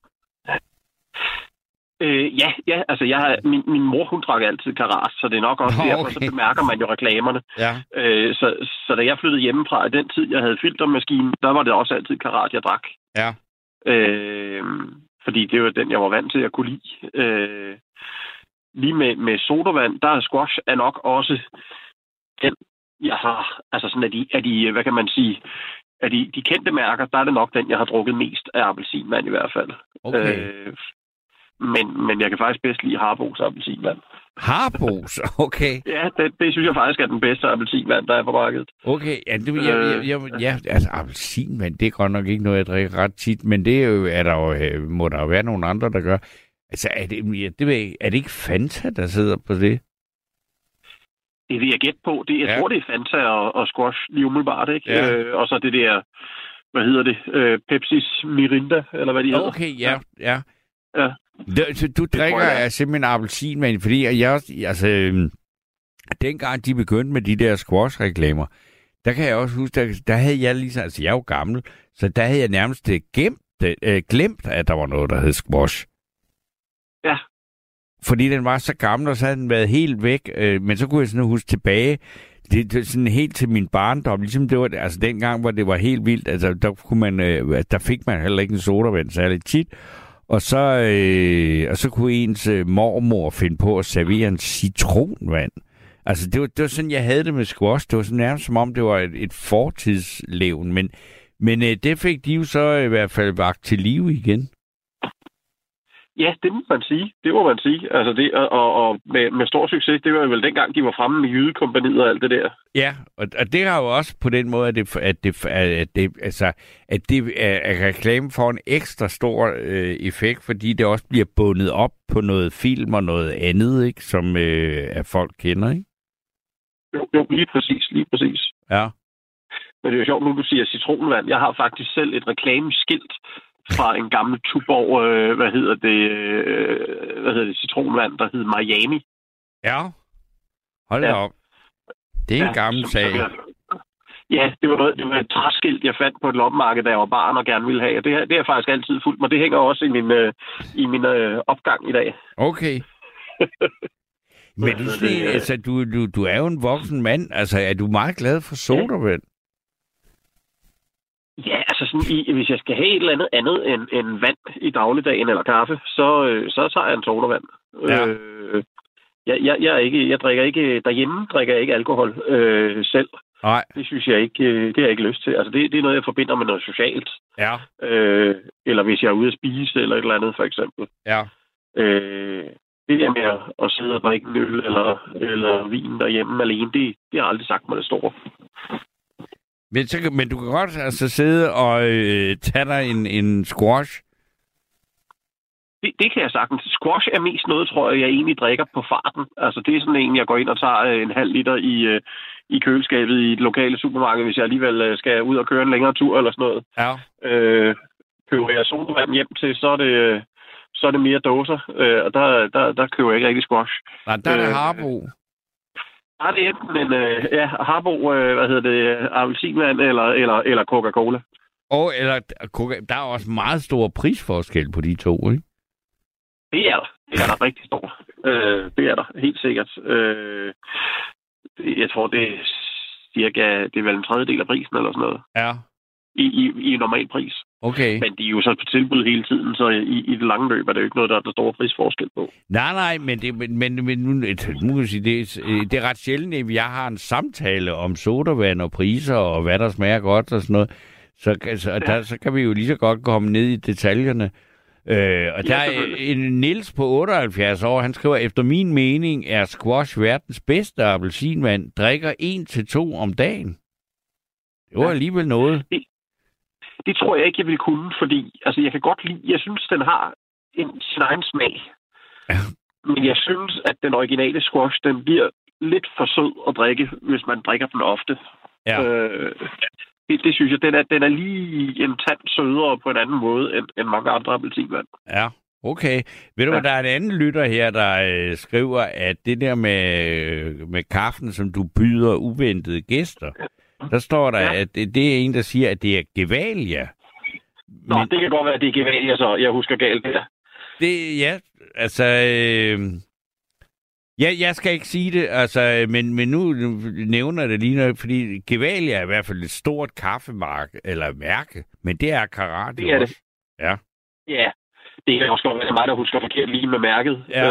Ja, altså min mor, hun drak altid Karat, så det er nok også derfor, så bemærker man jo reklamerne. Ja. Så da jeg flyttede hjemmefra, i den tid, jeg havde filtermaskinen, der var det også altid Karat, jeg drak. Ja. Fordi det var den, jeg var vant til at kunne lide. Lige med sodavand, der er squash er nok også den, jeg har, altså sådan af de hvad kan man sige, af de kendte mærker, der er det nok den, jeg har drukket mest af appelsinvand i hvert fald. Okay. Men jeg kan faktisk bedst lide Harbos appelsinvand. Harbos, okay. Ja, det synes jeg faktisk er den bedste appelsinvand, der er på markedet. Okay, altså appelsinvand, det er godt nok ikke noget, jeg drikker ret tit, men det må der jo være nogle andre, der gør. Altså, er det ikke Fanta, der sidder på det? Det vil jeg gætte på. Jeg tror, det er Fanta og squash lige umiddelbart, ikke? Ja. Og så det der, hvad hedder det, Pepsis Mirinda, eller hvad de hedder. Okay, ja. Så du drikker simpelthen appelsinvand, fordi jeg også, altså, dengang de begyndte med de der squash-reklamer, der kan jeg også huske, der havde jeg ligesom, altså jeg er jo gammel, så der havde jeg nærmest glemt, at der var noget, der hed squash. Ja. Fordi den var så gammel, og så havde den været helt væk, men så kunne jeg sådan huske tilbage, det sådan helt til min barndom, ligesom det var, altså dengang, hvor det var helt vildt, altså der fik man heller ikke en sodavand særlig tit, og så kunne ens mormor finde på at servere en citronvand. Altså, det var sådan, jeg havde det med squash. Det var sådan nærmest som om, det var et fortidslevn. Men det fik de jo så i hvert fald vagt til live igen. Ja, det må man sige. Det må man sige. Altså det, og med stor succes, det var vel dengang, de var fremme med Jydekompagniet og alt det der. Ja, og det har jo også på den måde, at reklame får en ekstra stor effekt, fordi det også bliver bundet op på noget film og noget andet, ikke, som folk kender, ikke? Jo, lige præcis. Ja. Men det er jo sjovt, nu du siger citronvand. Jeg har faktisk selv et reklameskilt fra en gammel Tuborg, hvad hedder det, citronvand, der hed Miami. Ja. Hold da op. Det er en gammel sag. Ja, det var et træskilt, jeg fandt på et loppemarked, da jeg var barn og gerne ville have. Og det er faktisk altid fuldt, men det hænger også i min opgang i dag. Okay. Men du er jo en voksen mand. Altså, er du meget glad for sodavand? Ja, altså sådan hvis jeg skal have et eller andet end vand i dagligdagen eller kaffe, så tager jeg en sodavand. Ja. Jeg drikker ikke derhjemme, drikker jeg ikke alkohol selv. Nej. Det synes jeg ikke, det har jeg ikke lyst til. Altså det er noget, jeg forbinder med noget socialt. Ja. Eller hvis jeg er ude at spise eller et eller andet, for eksempel. Ja. Det der med at sidde og drikke en øl eller vin derhjemme alene, det har jeg aldrig sagt mig det store. Men du kan godt altså sidde og tage dig en squash? Det kan jeg sagtens. Squash er mest noget, tror jeg egentlig drikker på farten. Altså det er sådan en, jeg går ind og tager en halv liter i køleskabet i et lokale supermarked, hvis jeg alligevel skal ud og køre en længere tur eller sådan noget. Ja. Køber jeg sodavand hjem til, så er det mere dåser, og der køber jeg ikke rigtig squash. Nej, der er det Harbo. Ja, det er enten Harbo, appelsinvand eller Coca-Cola. Der er også meget stor prisforskel på de to, ikke? Det er der rigtig stor. Det er der, helt sikkert. Jeg tror, det er cirka, det er vel en tredjedel af prisen eller sådan noget. Ja. I normal pris. Okay. Men de er jo så på tilbud hele tiden, så i det lange løb er det jo ikke noget, der er stor prisforskel på. Nej, men nu kan jeg sige, det er ret sjældent, at jeg har en samtale om sodavand og priser og hvad der smager godt og sådan noget. Så kan vi jo lige så godt komme ned i detaljerne. Og der er en Niels på 78 år, han skriver, efter min mening er squash verdens bedste appelsinvand, drikker 1-2 om dagen. Det var alligevel noget. Det tror jeg ikke, jeg vil kunne, fordi altså, jeg kan godt lide, jeg synes, den har sin egen smag. Ja. Men jeg synes, at den originale squash, den bliver lidt for sød at drikke, hvis man drikker den ofte. Ja. Det synes jeg, den er lige en tand sødere på en anden måde end mange andre appelsinvand. Ja, okay. Ved du hvad, der er en anden lytter her, der skriver, at det der med kaffen, som du byder uventede gæster, der står der, at det er en, der siger, at det er Gevalia. Nå, det kan godt være, at det er Gevalia, så jeg husker galt det der. Ja, altså... Jeg skal ikke sige det, altså, men nu nævner det lige noget, fordi Gevalia er i hvert fald et stort kaffemærke, eller mærke, men det er Karate det er også. Det. Ja. Ja, det kan også godt være mig, der husker forkert lige med mærket. Ja.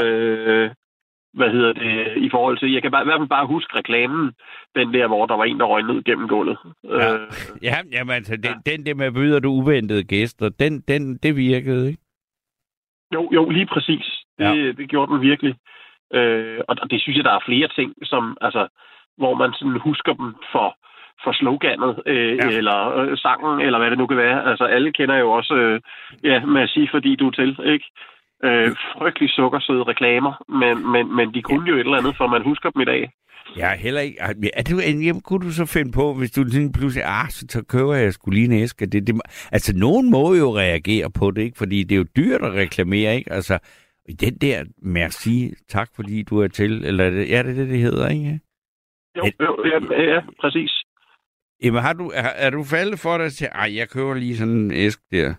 I forhold til, jeg kan i hvert fald bare huske reklamen, den der, hvor der var en, der røg ned gennem gulvet. Ja. Jamen altså, den der med byder du uventede gæster, det virkede, ikke? Jo, lige præcis. Det gjorde den virkelig. Og det synes jeg, der er flere ting, som, altså, hvor man sådan husker dem for sloganet, eller sangen, eller hvad det nu kan være. Altså, alle kender jo også, med at sige, fordi du er til, ikke? Frygtelig sukkersøde reklamer, men de kunne jo et eller andet, for man husker dem i dag. Ja, heller ikke. Kunne du så finde på, hvis du pludselig, så køber jeg sgu lige en æske. Altså, nogen må jo reagere på det, ikke? Fordi det er jo dyrt at reklamere, ikke? Altså, den der merci, tak fordi du er til, eller det er det hedder, ikke? Ja, præcis. Jamen, er du faldet for dig til, jeg køber lige sådan en æske der?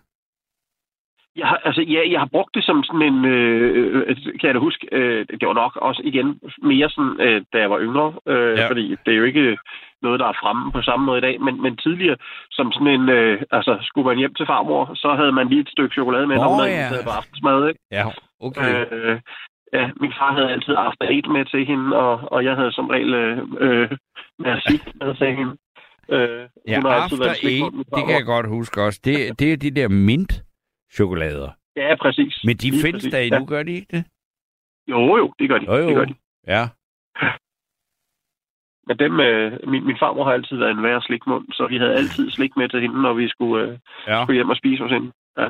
Jeg har brugt det som sådan en, kan jeg da huske, det var nok også igen mere sådan, da jeg var yngre, fordi det er jo ikke noget, der er fremme på samme måde i dag, men tidligere som sådan en, skulle man hjem til farmor, så havde man lige et stykke chokolade med, når man havde på aftensmad, ikke? Ja, okay. Min far havde altid After Eight med til hende, og jeg havde som regel merci med til hende. After Eight, det kan jeg godt huske også. Det er de der mint-chokolader. Ja, præcis. Men de findes der endnu, gør de ikke det? Jo, det gør de. Jo. Det gør de. Ja. Men dem, min farmor har altid været en værre slikmund, så vi havde altid slik med til hende, når vi skulle hjem og spise hos hende. Ja.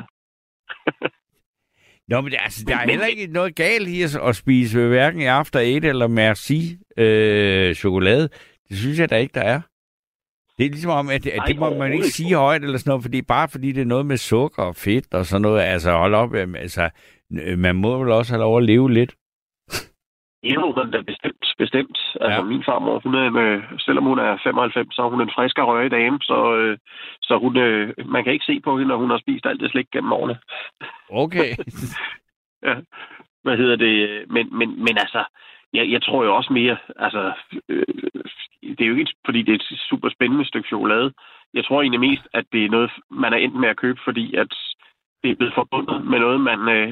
Nå, men der er heller ikke noget galt i at spise hverken After Eight eller Merci chokolade. Det synes jeg da ikke, der er. Det er ligesom om, at det må man ikke sige højt eller sådan noget, fordi det er noget med sukker og fedt og sådan noget. Altså, hold op, man må vel også have lov at leve lidt. Jo, men det er bestemt. Altså, min farmor, hun er, selvom hun er 95, så er hun en frisk og rørig dame, så hun, man kan ikke se på hende, når hun har spist alt det slik gennem årene. Okay. Ja. Hvad hedder det? Men altså, jeg tror jo også mere, altså, det er jo ikke, fordi det er et super spændende stykke chokolade. Jeg tror egentlig mest, at det er noget, man er endt med at købe, fordi at det er blevet forbundet med noget,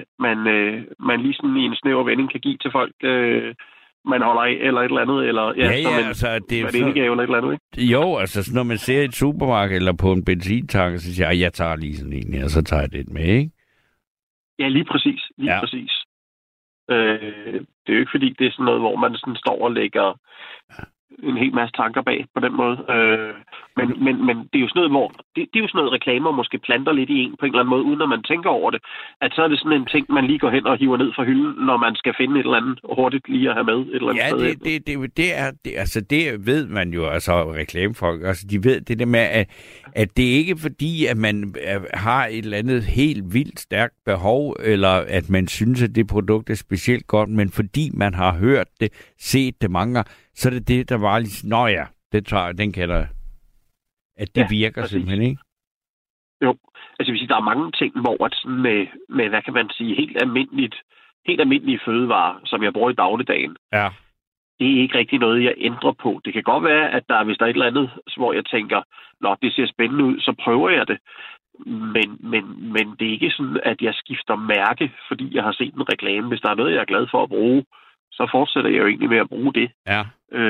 man lige sådan i en snæver vending kan give til folk, man holder af, eller et eller andet, eller det er en gave eller et eller andet, ikke? Jo, altså når man ser et supermarked eller på en benzintank, så siger jeg tager lige sådan en, og så tager jeg den med, ikke? Ja, lige præcis. Præcis. Det er jo ikke, fordi det er sådan noget, hvor man sådan står og lægger en hel masse tanker bag på den måde. Men det er jo sådan noget, hvor det er jo sådan noget, reklamer måske planter lidt i en på en eller anden måde, uden at man tænker over det. At så er det sådan en ting, man lige går hen og hiver ned fra hylden, når man skal finde et eller andet hurtigt lige at have med et eller andet sted. Det ved man jo, altså reklamefolk. Altså, de ved det der med, at det ikke er fordi, at man har et eller andet helt vildt stærkt behov, eller at man synes, at det produkt er specielt godt, men fordi man har hørt det, set det mange gange, så er det der var lige den kender jeg. At det virker præcis. Simpelthen, ikke? Jo, altså jeg vil sige, der er mange ting, hvor at sådan med, hvad kan man sige, helt almindelige fødevarer, som jeg bruger i dagligdagen, det er ikke rigtig noget, jeg ændrer på. Det kan godt være, at hvis der er et eller andet, hvor jeg tænker, det ser spændende ud, så prøver jeg det. Men det er ikke sådan, at jeg skifter mærke, fordi jeg har set en reklame. Hvis der er noget, jeg er glad for at bruge, så fortsætter jeg jo egentlig med at bruge det. Ja.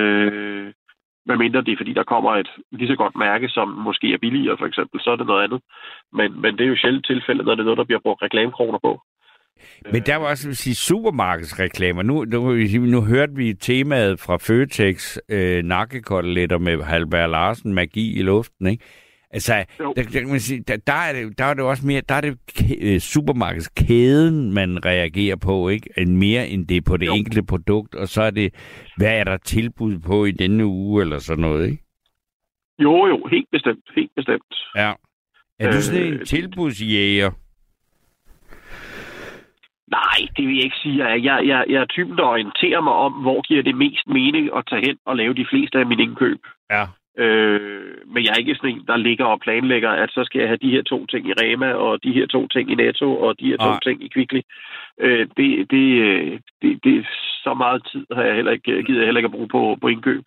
Hvad mindre det er, fordi der kommer et lige så godt mærke, som måske er billigere, for eksempel, så er det noget andet. Men det er jo sjældent tilfælde, når det er noget, der bliver brugt reklamekroner på. Men der var også, vil sige, supermarkedsreklamer. Nu hørte vi temaet fra Føtex, nakkekoteletter med Halberg Larsen, magi i luften, ikke? Altså, der er det også mere, der er det supermarkedskæden, man reagerer på, ikke? Mere end det på det enkelte produkt, og så er det, hvad er der tilbud på i denne uge, eller sådan noget, ikke? Jo, helt bestemt. Ja. Er du sådan en tilbudsjæger? Nej, det vil jeg ikke sige. Jeg er typen, der orienterer mig om, hvor giver det mest mening at tage hen og lave de fleste af mine indkøb. Ja. Men jeg er ikke sådan en, der ligger og planlægger, at så skal jeg have de her 2 ting i Rema, og de her 2 ting i Netto, og de her 2 ting i Kvickly. Det så meget tid har jeg gider jeg heller ikke at bruge på indkøb.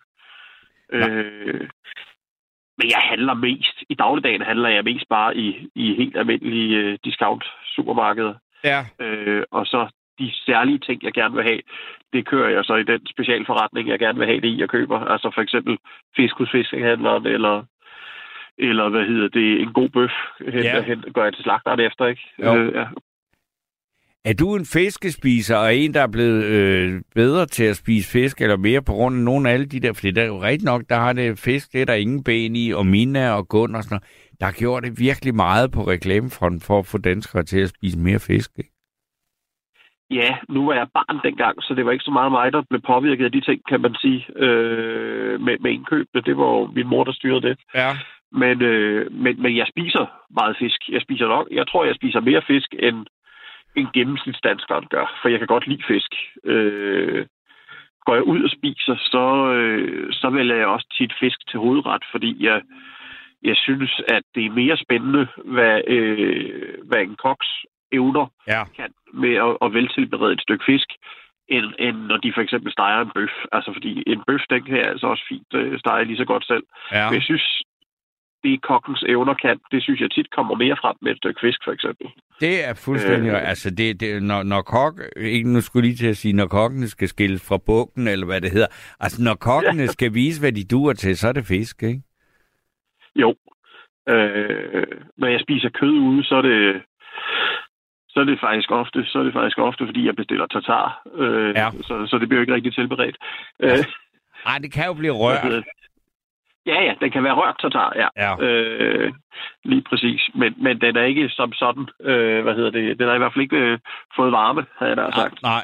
Men jeg handler mest, i dagligdagen handler jeg mest bare i helt almindelige discount-supermarkeder. Ja. Og så de særlige ting, jeg gerne vil have, det kører jeg så i den specialforretning, jeg gerne vil have det i, jeg køber. Altså for eksempel fisk hos fiskehandleren, eller hvad hedder det, en god bøf, går jeg til slagteren efter, ikke? Er du en fiskespiser, og en, der er blevet bedre til at spise fisk, eller mere på grund af nogle af alle de der? Fordi der er jo rigtig nok, der har det fisk, det er der ingen ben i, og Mina og Gunn og sådan noget. Der har gjort det virkelig meget på reklamefronten for at få danskere til at spise mere fisk, ikke? Ja, nu var jeg barn dengang, så det var ikke så meget mig, der blev påvirket af de ting, kan man sige, med indkøb. Det var jo min mor, der styrede det. Ja. Men jeg spiser meget fisk. Jeg tror, jeg spiser mere fisk, end gennemsnitsdanskeren gør, for jeg kan godt lide fisk. Går jeg ud og spiser, så vælger jeg også tit fisk til hovedret, fordi jeg synes, at det er mere spændende, hvad en koks evner kan med at veltilberede et stykke fisk, end når de for eksempel steger en bøf. Altså, fordi en bøf, den kan jeg altså også fint stege lige så godt selv. Ja. Men jeg synes, det kokkens evner kan, det synes jeg tit kommer mere frem med et stykke fisk, for eksempel. Det er fuldstændig... Altså, når kok... Ikke nu skulle lige til at sige, når kokkene skal skilles fra bukken, eller hvad det hedder. Altså, når kokkene skal vise, hvad de duer til, så er det fisk, ikke? Jo. Når jeg spiser kød ude, så er det faktisk ofte, fordi jeg bestiller tartar. Så det bliver jo ikke rigtig tilberedt. Nej, det kan jo blive rørt. Ja, den kan være rørt tartar, ja. Lige præcis. Men den er ikke som sådan, den har i hvert fald ikke fået varme, havde jeg da sagt. Nej.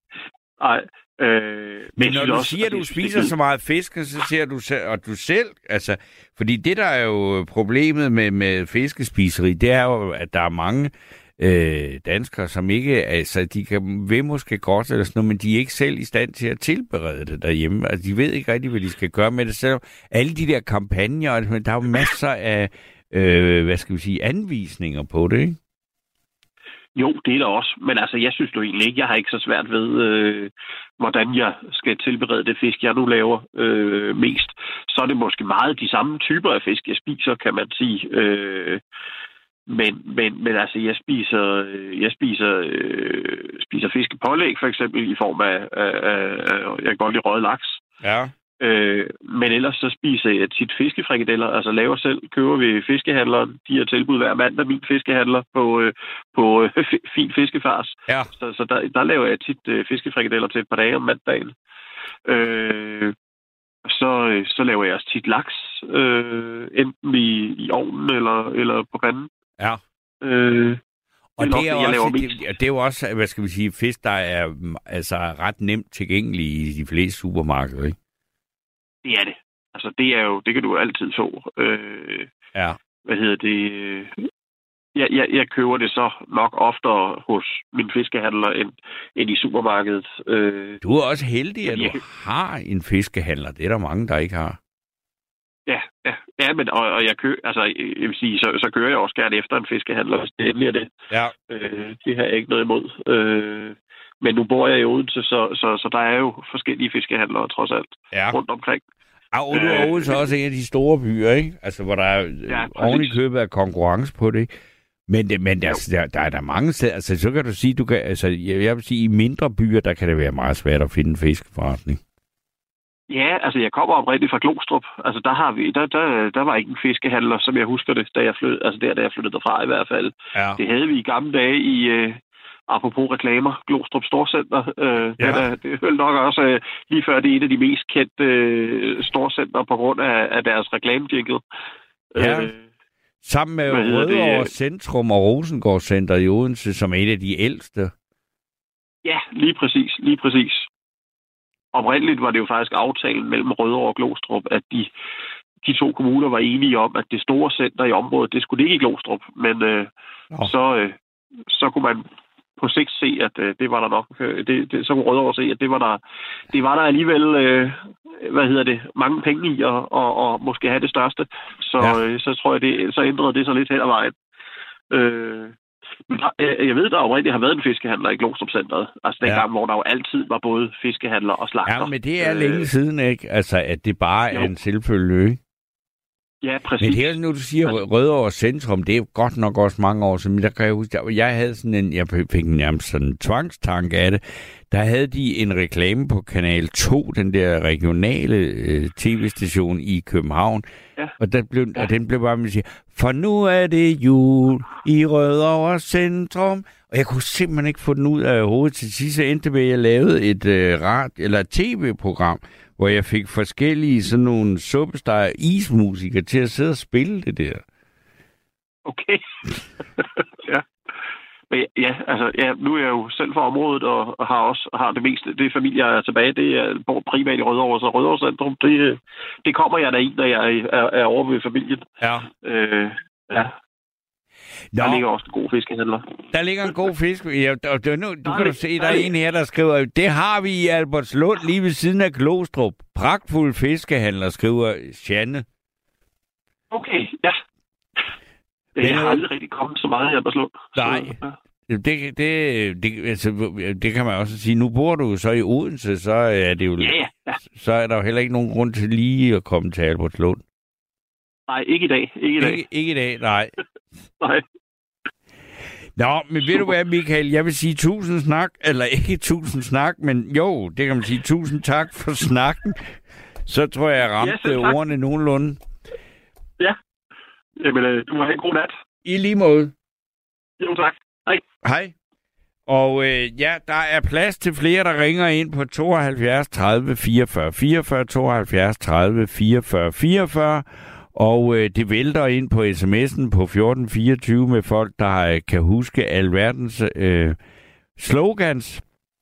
Men når du siger, at du spiser så meget fisk, så siger du, og du selv, altså, fordi det, der er jo problemet med fiskespiseri, det er jo, at der er mange danskere, som ikke, altså, vil måske godt eller sådan noget, men de er ikke selv i stand til at tilberede det derhjemme. Altså, de ved ikke rigtig, hvad de skal gøre med det. Selvom alle de der kampagner, der er jo masser af, anvisninger på det, ikke? Jo, det er der også. Men altså, jeg synes jo egentlig ikke, jeg har ikke så svært ved, hvordan jeg skal tilberede det fisk, jeg nu laver mest. Så er det måske meget de samme typer af fisk, jeg spiser, kan man sige. Men altså, jeg spiser fiskepålæg, for eksempel, i form af jeg kan godt lide røget laks. Ja. Men ellers så spiser jeg tit fiskefrikadeller, altså laver selv, køber vi fiskehandleren, de har tilbud hver mandag, min fiskehandler, på fin fiskefars. Ja. Så der laver jeg tit fiskefrikadeller til et par dage om mandagen. Så laver jeg også tit laks, enten i ovnen eller på panden. Ja. Og det er jo også, hvad skal vi sige, fisk, der er altså ret nemt tilgængelig i de fleste supermarkeder, ikke? Det er det. Altså, det kan du altid få. Ja. Jeg køber det så nok oftere hos min fiskehandler end i supermarkedet. Du er også heldig, at du har en fiskehandler. Det er der mange, der ikke har. Ja, men og jeg kører, altså, jeg vil sige, så kører jeg også gerne efter en fiskehandler, hvis det endelig er det. Ja. Det har jeg ikke noget imod. Men nu bor jeg i Odense, så der er jo forskellige fiskehandlere trods alt rundt omkring. Ja, og du er Odense også en af de store byer, ikke? Altså, hvor der er oven i købet af konkurrence på det. Men der er der mange steder. Altså, så kan du sige, jeg vil sige, i mindre byer, der kan det være meget svært at finde en fiskeforretning. Ja, altså jeg kommer oprindeligt fra Glostrup. Altså der var ikke en fiskehandler, som jeg husker det, da jeg flyttede derfra i hvert fald. Ja. Det havde vi i gamle dage i, apropos reklamer, Glostrup Storcenter. Det er vel nok også lige før det er et af de mest kendte storcenter på grund af deres reklamejingle. Ja. Sammen med Rødovre Centrum og Rosengård Center i Odense, som er et af de ældste. Ja, lige præcis. Oprindeligt var det jo faktisk aftalen mellem Rødovre og Glostrup, at de to kommuner var enige om, at det store center i området, det skulle ligge i Glostrup. Men så kunne man på sigt se, at det var der nok. Så kunne Rødovre se, at det var der alligevel mange penge i, og måske have det største. Så tror jeg, så ændrede det sig lidt hen ad vejen. Jeg ved, der oprindeligt har været en fiskehandler i Glostrup Centeret. Altså den gang, hvor der jo altid var både fiskehandler og slagter. Ja, men det er længe siden, ikke? Altså, at det bare er en selvfølge, ikke? Ja, præcis. Men her, nu du siger Rødovre Centrum, det er jo godt nok også mange år siden, der kan jeg huske, jeg havde sådan jeg fik nærmest sådan en tvangstanke af det. Der havde de en reklame på Kanal 2, den der regionale tv-station i København, og den blev bare med at sige, for nu er det jul i Rødovre Centrum, og jeg kunne simpelthen ikke få den ud af hovedet. Til sidst endte med, at jeg lavede et tv-program, hvor jeg fik forskellige sådan nogle suppesteger ismusikere til at sidde og spille det der. Okay. Ja. Men nu er jeg jo selv fra området, og har det meste, det familie, jeg er tilbage, det er primært i Rødovre, så Rødovre Centrum, det kommer jeg da i, når jeg er over ved familien. Ja. Der ligger også en god fiskehandler. Der ligger en god fisk. Du kan se, der er en her, der skriver, det har vi i Albertslund, lige ved siden af Glostrup. Pragtfuld fiskehandler, skriver Janne. Okay, ja. Jeg har aldrig rigtig kommet så meget i Albertslund. Nej. Det kan man også sige. Nu bor du så i Odense, så er det jo... Ja. Så er der jo heller ikke nogen grund til lige at komme til Albertslund. Nej, ikke i dag. Ikke i dag, nej. Nej. Nå, men ved du hvad, Michael? Jeg vil sige 1000 snak, eller ikke 1000 snak, men jo, det kan man sige 1000 tak for snakken. Så tror jeg ramte ordene nogenlunde. Ja. Jamen, du har en god nat. I lige måde. Jo, tak. Hej. Hej. Og der er plads til flere, der ringer ind på 72 30 44 44, 72 30 44 44. Og det vælter ind på sms'en på 1424 med folk, der kan huske alverdens slogans.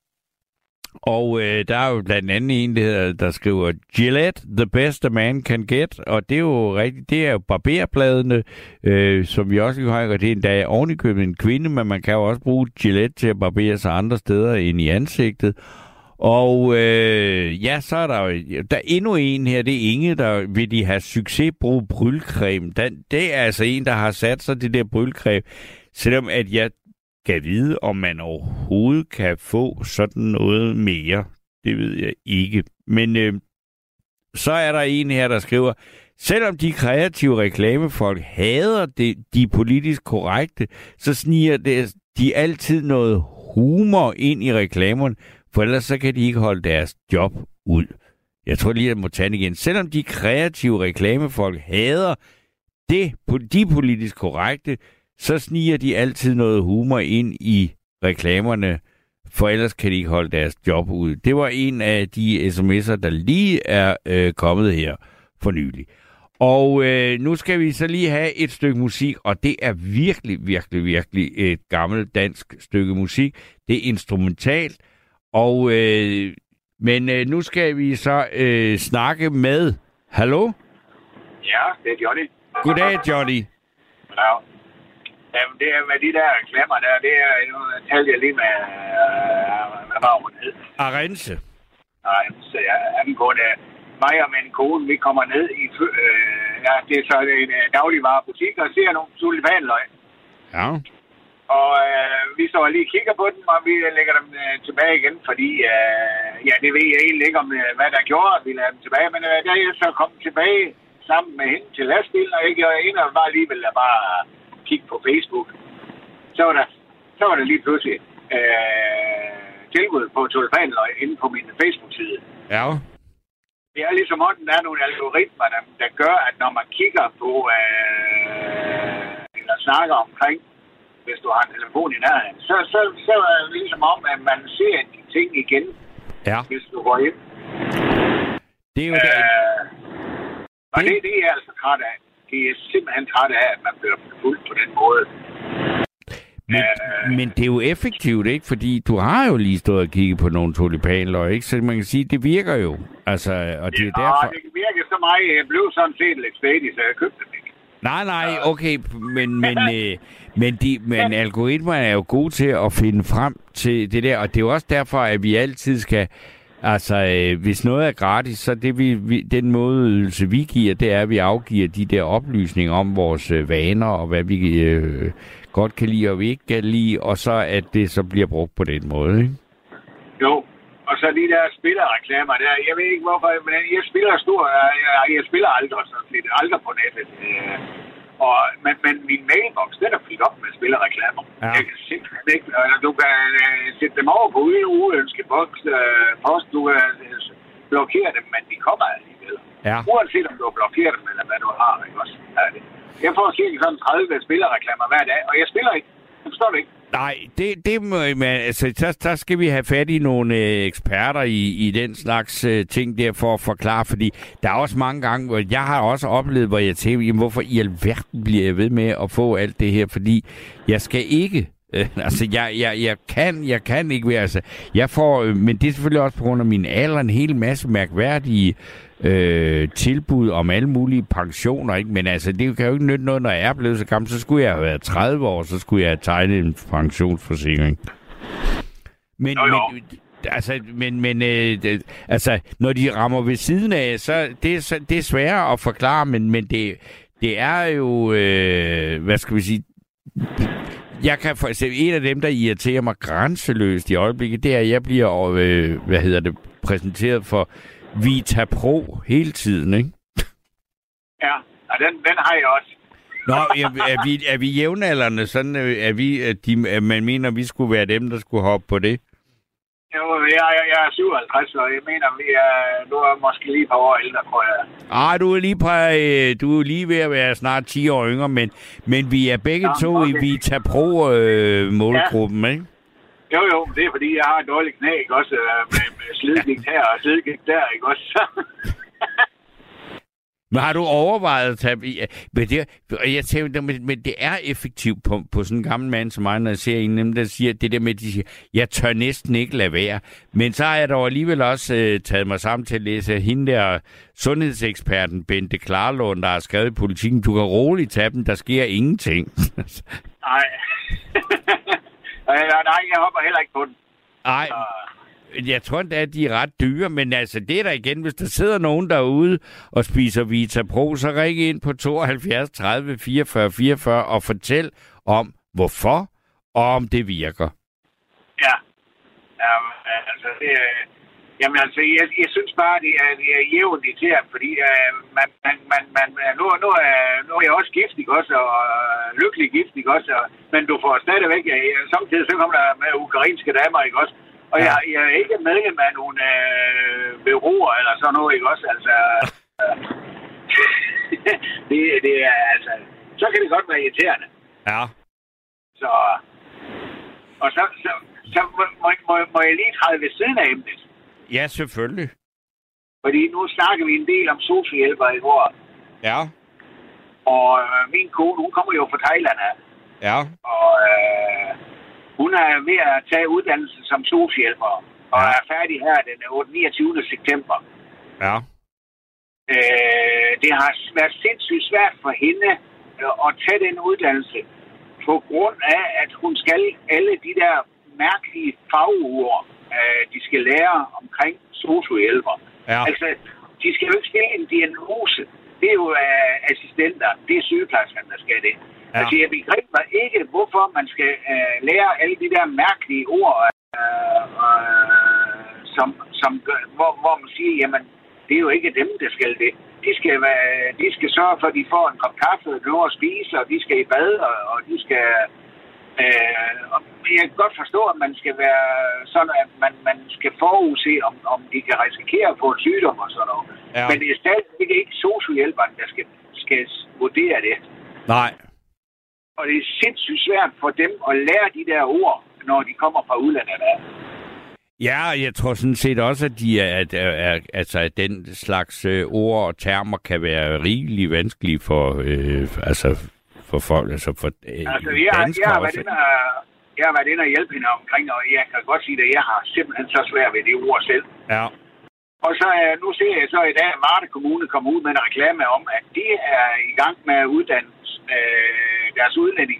Og der er jo blandt andet en, der skriver Gillette, the best a man can get. Og det er jo rigtigt, det er jo barberbladene, som vi også har, og det er endda ovenikøbet en kvinde, men man kan jo også bruge Gillette til at barbere sig andre steder end i ansigtet. Og så er der er endnu en her, det er Inge, der vil de have succes bruge brylcreme. Det er altså en, der har sat sig det der brylcreme, selvom at jeg kan vide, om man overhovedet kan få sådan noget mere. Det ved jeg ikke. Men så er der en her, der skriver, selvom de kreative reklamefolk hader de politisk korrekte, så sniger de altid noget humor ind i reklamerne, for ellers så kan de ikke holde deres job ud. Jeg tror lige, at jeg må tage den igen. Selvom de kreative reklamefolk hader de politisk korrekte, så sniger de altid noget humor ind i reklamerne, for ellers kan de ikke holde deres job ud. Det var en af de sms'er, der lige er kommet her for nylig. Og nu skal vi så lige have et stykke musik, og det er virkelig, virkelig, virkelig et gammelt dansk stykke musik. Det er instrumentalt, og men nu skal vi så snakke med... Hallo? Ja, det er Johnny. Goddag, Johnny. Ja. Jamen, det er med de der reklamer der, det er... Nu talte jeg lige med... Hvad var hun hed? Arendse. Arendse, ja. Angående mig og min kone, vi kommer ned i... det er så en dagligvarebutik, og ser nogle tulipanløg. Ja. Og vi så lige kigger på dem, og vi lægger dem tilbage igen, fordi... det ved jeg egentlig ikke om, hvad der gjorde, at vi lader dem tilbage. Men da jeg så kom tilbage sammen med hende til lastbilen, og jeg gjorde en, og bare lige ville bare kigge på Facebook, så var der lige pludselig tilbud på tulipanløg inde på min Facebook-side. Ja. Det er ligesom, at der er nogle algoritmer, der gør, at når man kigger på eller snakker omkring, hvis du har en telefon i nærheden, så er det ligesom om, at man ser de ting igen, hvis du går ind. Det er jo og det er jeg altså træt af. Det er simpelthen træt af, at man bliver fuldt på den måde. Men det er jo effektivt, ikke? Fordi du har jo lige stået og kigget på nogle tulipanløg, ikke? Så man kan sige, det virker jo. Altså, og det er derfor... det virker så meget. Jeg blev sådan set lidt spædig, så jeg købte dem ikke. Nej, okay, men algoritmerne er jo gode til at finde frem til det der, og det er jo også derfor, at vi altid skal... Altså, hvis noget er gratis, så den mådeydelse, vi giver, det er, at vi afgiver de der oplysninger om vores vaner, og hvad vi godt kan lide, og vi ikke kan lide, og så at det så bliver brugt på den måde, ikke? Jo, og Og så de der spillerreklamer der. Jeg ved ikke hvorfor, men jeg spiller aldrig på nettet. Men min mailbox, den er fyldt op med spillerreklamer. Ja. Jeg kan simpelthen ikke. Du kan sætte dem over på uønsket post. Du kan blokere dem, men de kommer alligevel. Ja. Uanset om du blokeret dem, eller hvad du har. Ikke også? Jeg får cirka sådan 30 spillerreklamer hver dag, og jeg spiller ikke. Jeg forstår det ikke. Nej, det må man, altså, der skal vi have fat i nogle eksperter i den slags ting der for at forklare, fordi der er også mange gange, hvor jeg har også oplevet, hvor jeg tænker, jamen, hvorfor i alverden bliver jeg ved med at få alt det her, fordi jeg skal ikke. Altså, jeg kan ikke være, altså, jeg får, men det er selvfølgelig også på grund af min alder, en hel masse mærkværdige tilbud om alle mulige pensioner, ikke? Men altså, det kan jo ikke nytte noget, når jeg er blevet så gammel, så skulle jeg have været 30 år, så skulle jeg have tegnet en pensionsforsikring. Men når de rammer ved siden af, så det er sværere at forklare, men det er jo, hvad skal vi sige, jeg kan for eksempel, en af dem, der irriterer mig grænseløst i øjeblikket, det er, at jeg bliver, præsenteret for Vita Pro hele tiden, ikke? Ja, og den har jeg også. Nå, er vi jævnaldrende, sådan man mener, vi skulle være dem, der skulle hoppe på det? Jo, jeg er 57, og jeg mener, du er måske lige et par år ældre, tror jeg. Du er lige ved at være snart 10 år yngre, men vi er begge to i Vita Pro målgruppen, ikke? Jo, det er fordi, jeg har et dårligt knæ, ikke også? Med slidgigt her og slidgigt der, ikke også? Men har du overvejet at tage... Jeg tænker, men det er effektivt på sådan en gammel mand som mig, når jeg ser en af dem, der siger det der med, at de siger, jeg tør næsten ikke lade være. Men så har jeg dog alligevel også taget mig sammen til at læse hende der sundhedseksperten Bente Klarlund, der har skrevet i Politikken, du kan roligt tage dem, der sker ingenting. Nej. Nej, jeg hopper heller ikke på den. Nej. Jeg tror endda, at de er ret dyre, men altså det er der igen, hvis der sidder nogen derude og spiser Vita Pro, så ring ind på 72 30 44 44 og fortæl om hvorfor og om det virker. Ja, altså det jamen altså, jeg synes bare, det er jævnt irriterende, fordi nu er jeg også gift, ikke også, og lykkelig gift, ikke også, men du får stadigvæk, samtidig så kommer der med ukrainske damer, ikke også. Og ja. jeg er ikke medlem af nogle bureauer eller sådan noget, ikke også? Altså, det er altså... Så kan det godt være irriterende. Ja. Så... Og så må jeg lige træde ved siden af emnet. Ja, selvfølgelig. Fordi nu snakker vi en del om sosu-hjælpere i går. Ja. Og min kone, hun kommer jo fra Thailand af. Ja. Og... hun er ved at tage uddannelse som sosu-hjælper, og er færdig her den 29. september. Ja. Det har været sindssygt svært for hende at tage den uddannelse, på grund af, at hun skal alle de der mærkelige fagord, de skal lære omkring sosu-hjælper. Ja. Altså, de skal jo ikke stille en diagnose. Det er jo assistenter, det er sygeplejerskerne, der skal det. Ja. Altså, jeg begriber ikke, hvorfor man skal lære alle de der mærkelige ord, hvor man siger, jamen, det er jo ikke dem, der skal det. De skal sørge for, at de får en kop kaffe, og noget at spise, og de skal i bad, og de skal... jeg kan godt forstå, at man skal være sådan, at man skal forudse, om de kan risikere at få en sygdom og sådan noget. Ja. Men det er stadig ikke sosu-hjælperen, der skal vurdere det. Nej. Og det er sindssygt svært for dem at lære de der ord, når de kommer fra udlandet af. Ja, jeg tror sådan set også, at den slags ord og termer kan være rigeligt vanskelige for folk, altså for danskere også. Jeg har været inde og hjælpe hende omkring, og jeg kan godt sige, at jeg har simpelthen så svært ved det ord selv. Ja. Og så nu ser jeg så i dag, at Varde Kommune kommer ud med en reklame om, at de er i gang med at uddanne deres udlænding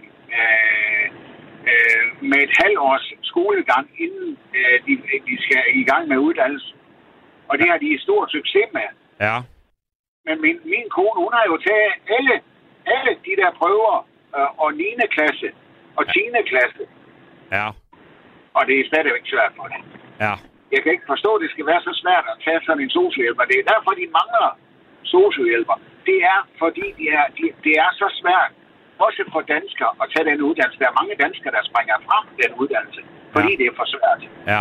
med et halvt års skolegang, inden de skal i gang med uddannelse. Og det har de stor succes med. Ja. Men min kone, hun har jo taget alle de der prøver, og 9. klasse og 10. klasse. Ja. Og det er stadigvæk svært for det. Ja. Jeg kan ikke forstå, at det skal være så svært at tage sådan en sosu-hjælper. Det er derfor, de mangler sosu-hjælper. Det er, fordi det er så svært, også for danskere, at tage den uddannelse. Der er mange danskere, der springer frem den uddannelse, fordi det er for svært. Ja.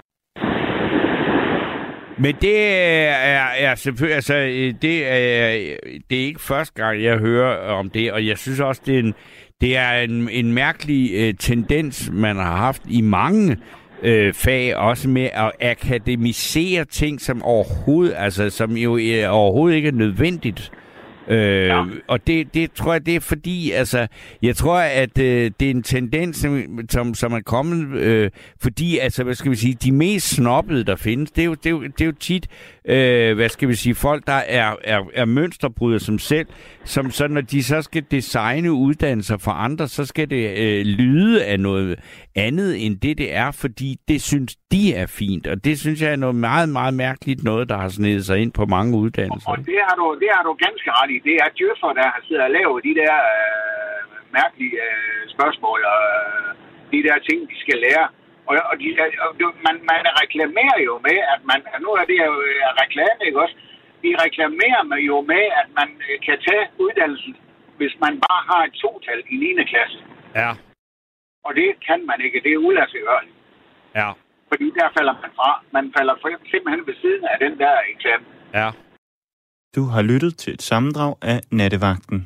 Men det er selvfølgelig, altså, det er ikke første gang, jeg hører om det, og jeg synes også, det er en mærkelig tendens, man har haft i mange fag, også med at akademisere ting, som jo overhovedet ikke er nødvendigt. Og det tror jeg, det er fordi, altså, jeg tror, at det er en tendens, som er kommet, fordi, altså, hvad skal vi sige, de mest snobbede, der findes, det er jo tit, hvad skal vi sige, folk, der er mønsterbrydere som selv, som så, når de så skal designe uddannelser for andre, så skal det lyde af noget andet, end det er, fordi det synes de er fint, og det synes jeg er noget meget, meget mærkeligt noget, der har snedet sig ind på mange uddannelser. Og det har du ganske ret i. Det er djøffer, der har siddet og lavet de der mærkelige spørgsmål og de der ting, de skal lære. Og man reklamerer jo med, at man... Nu er det jo reklame, ikke også? De reklamerer jo med, at man kan tage uddannelsen, hvis man bare har et 2-tal i 9. klasse. Ja. Og det kan man ikke. Det er uladsiggørligt. Ja. Fordi der falder man fra. Man falder simpelthen ved siden af den der eksamen. Ja. Du har lyttet til et sammendrag af Nattevagten.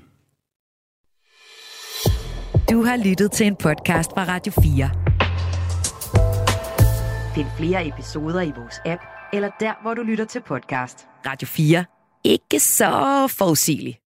Du har lyttet til en podcast fra Radio 4. Find flere episoder i vores app, eller der, hvor du lytter til podcast. Radio 4. Ikke så forudsigeligt.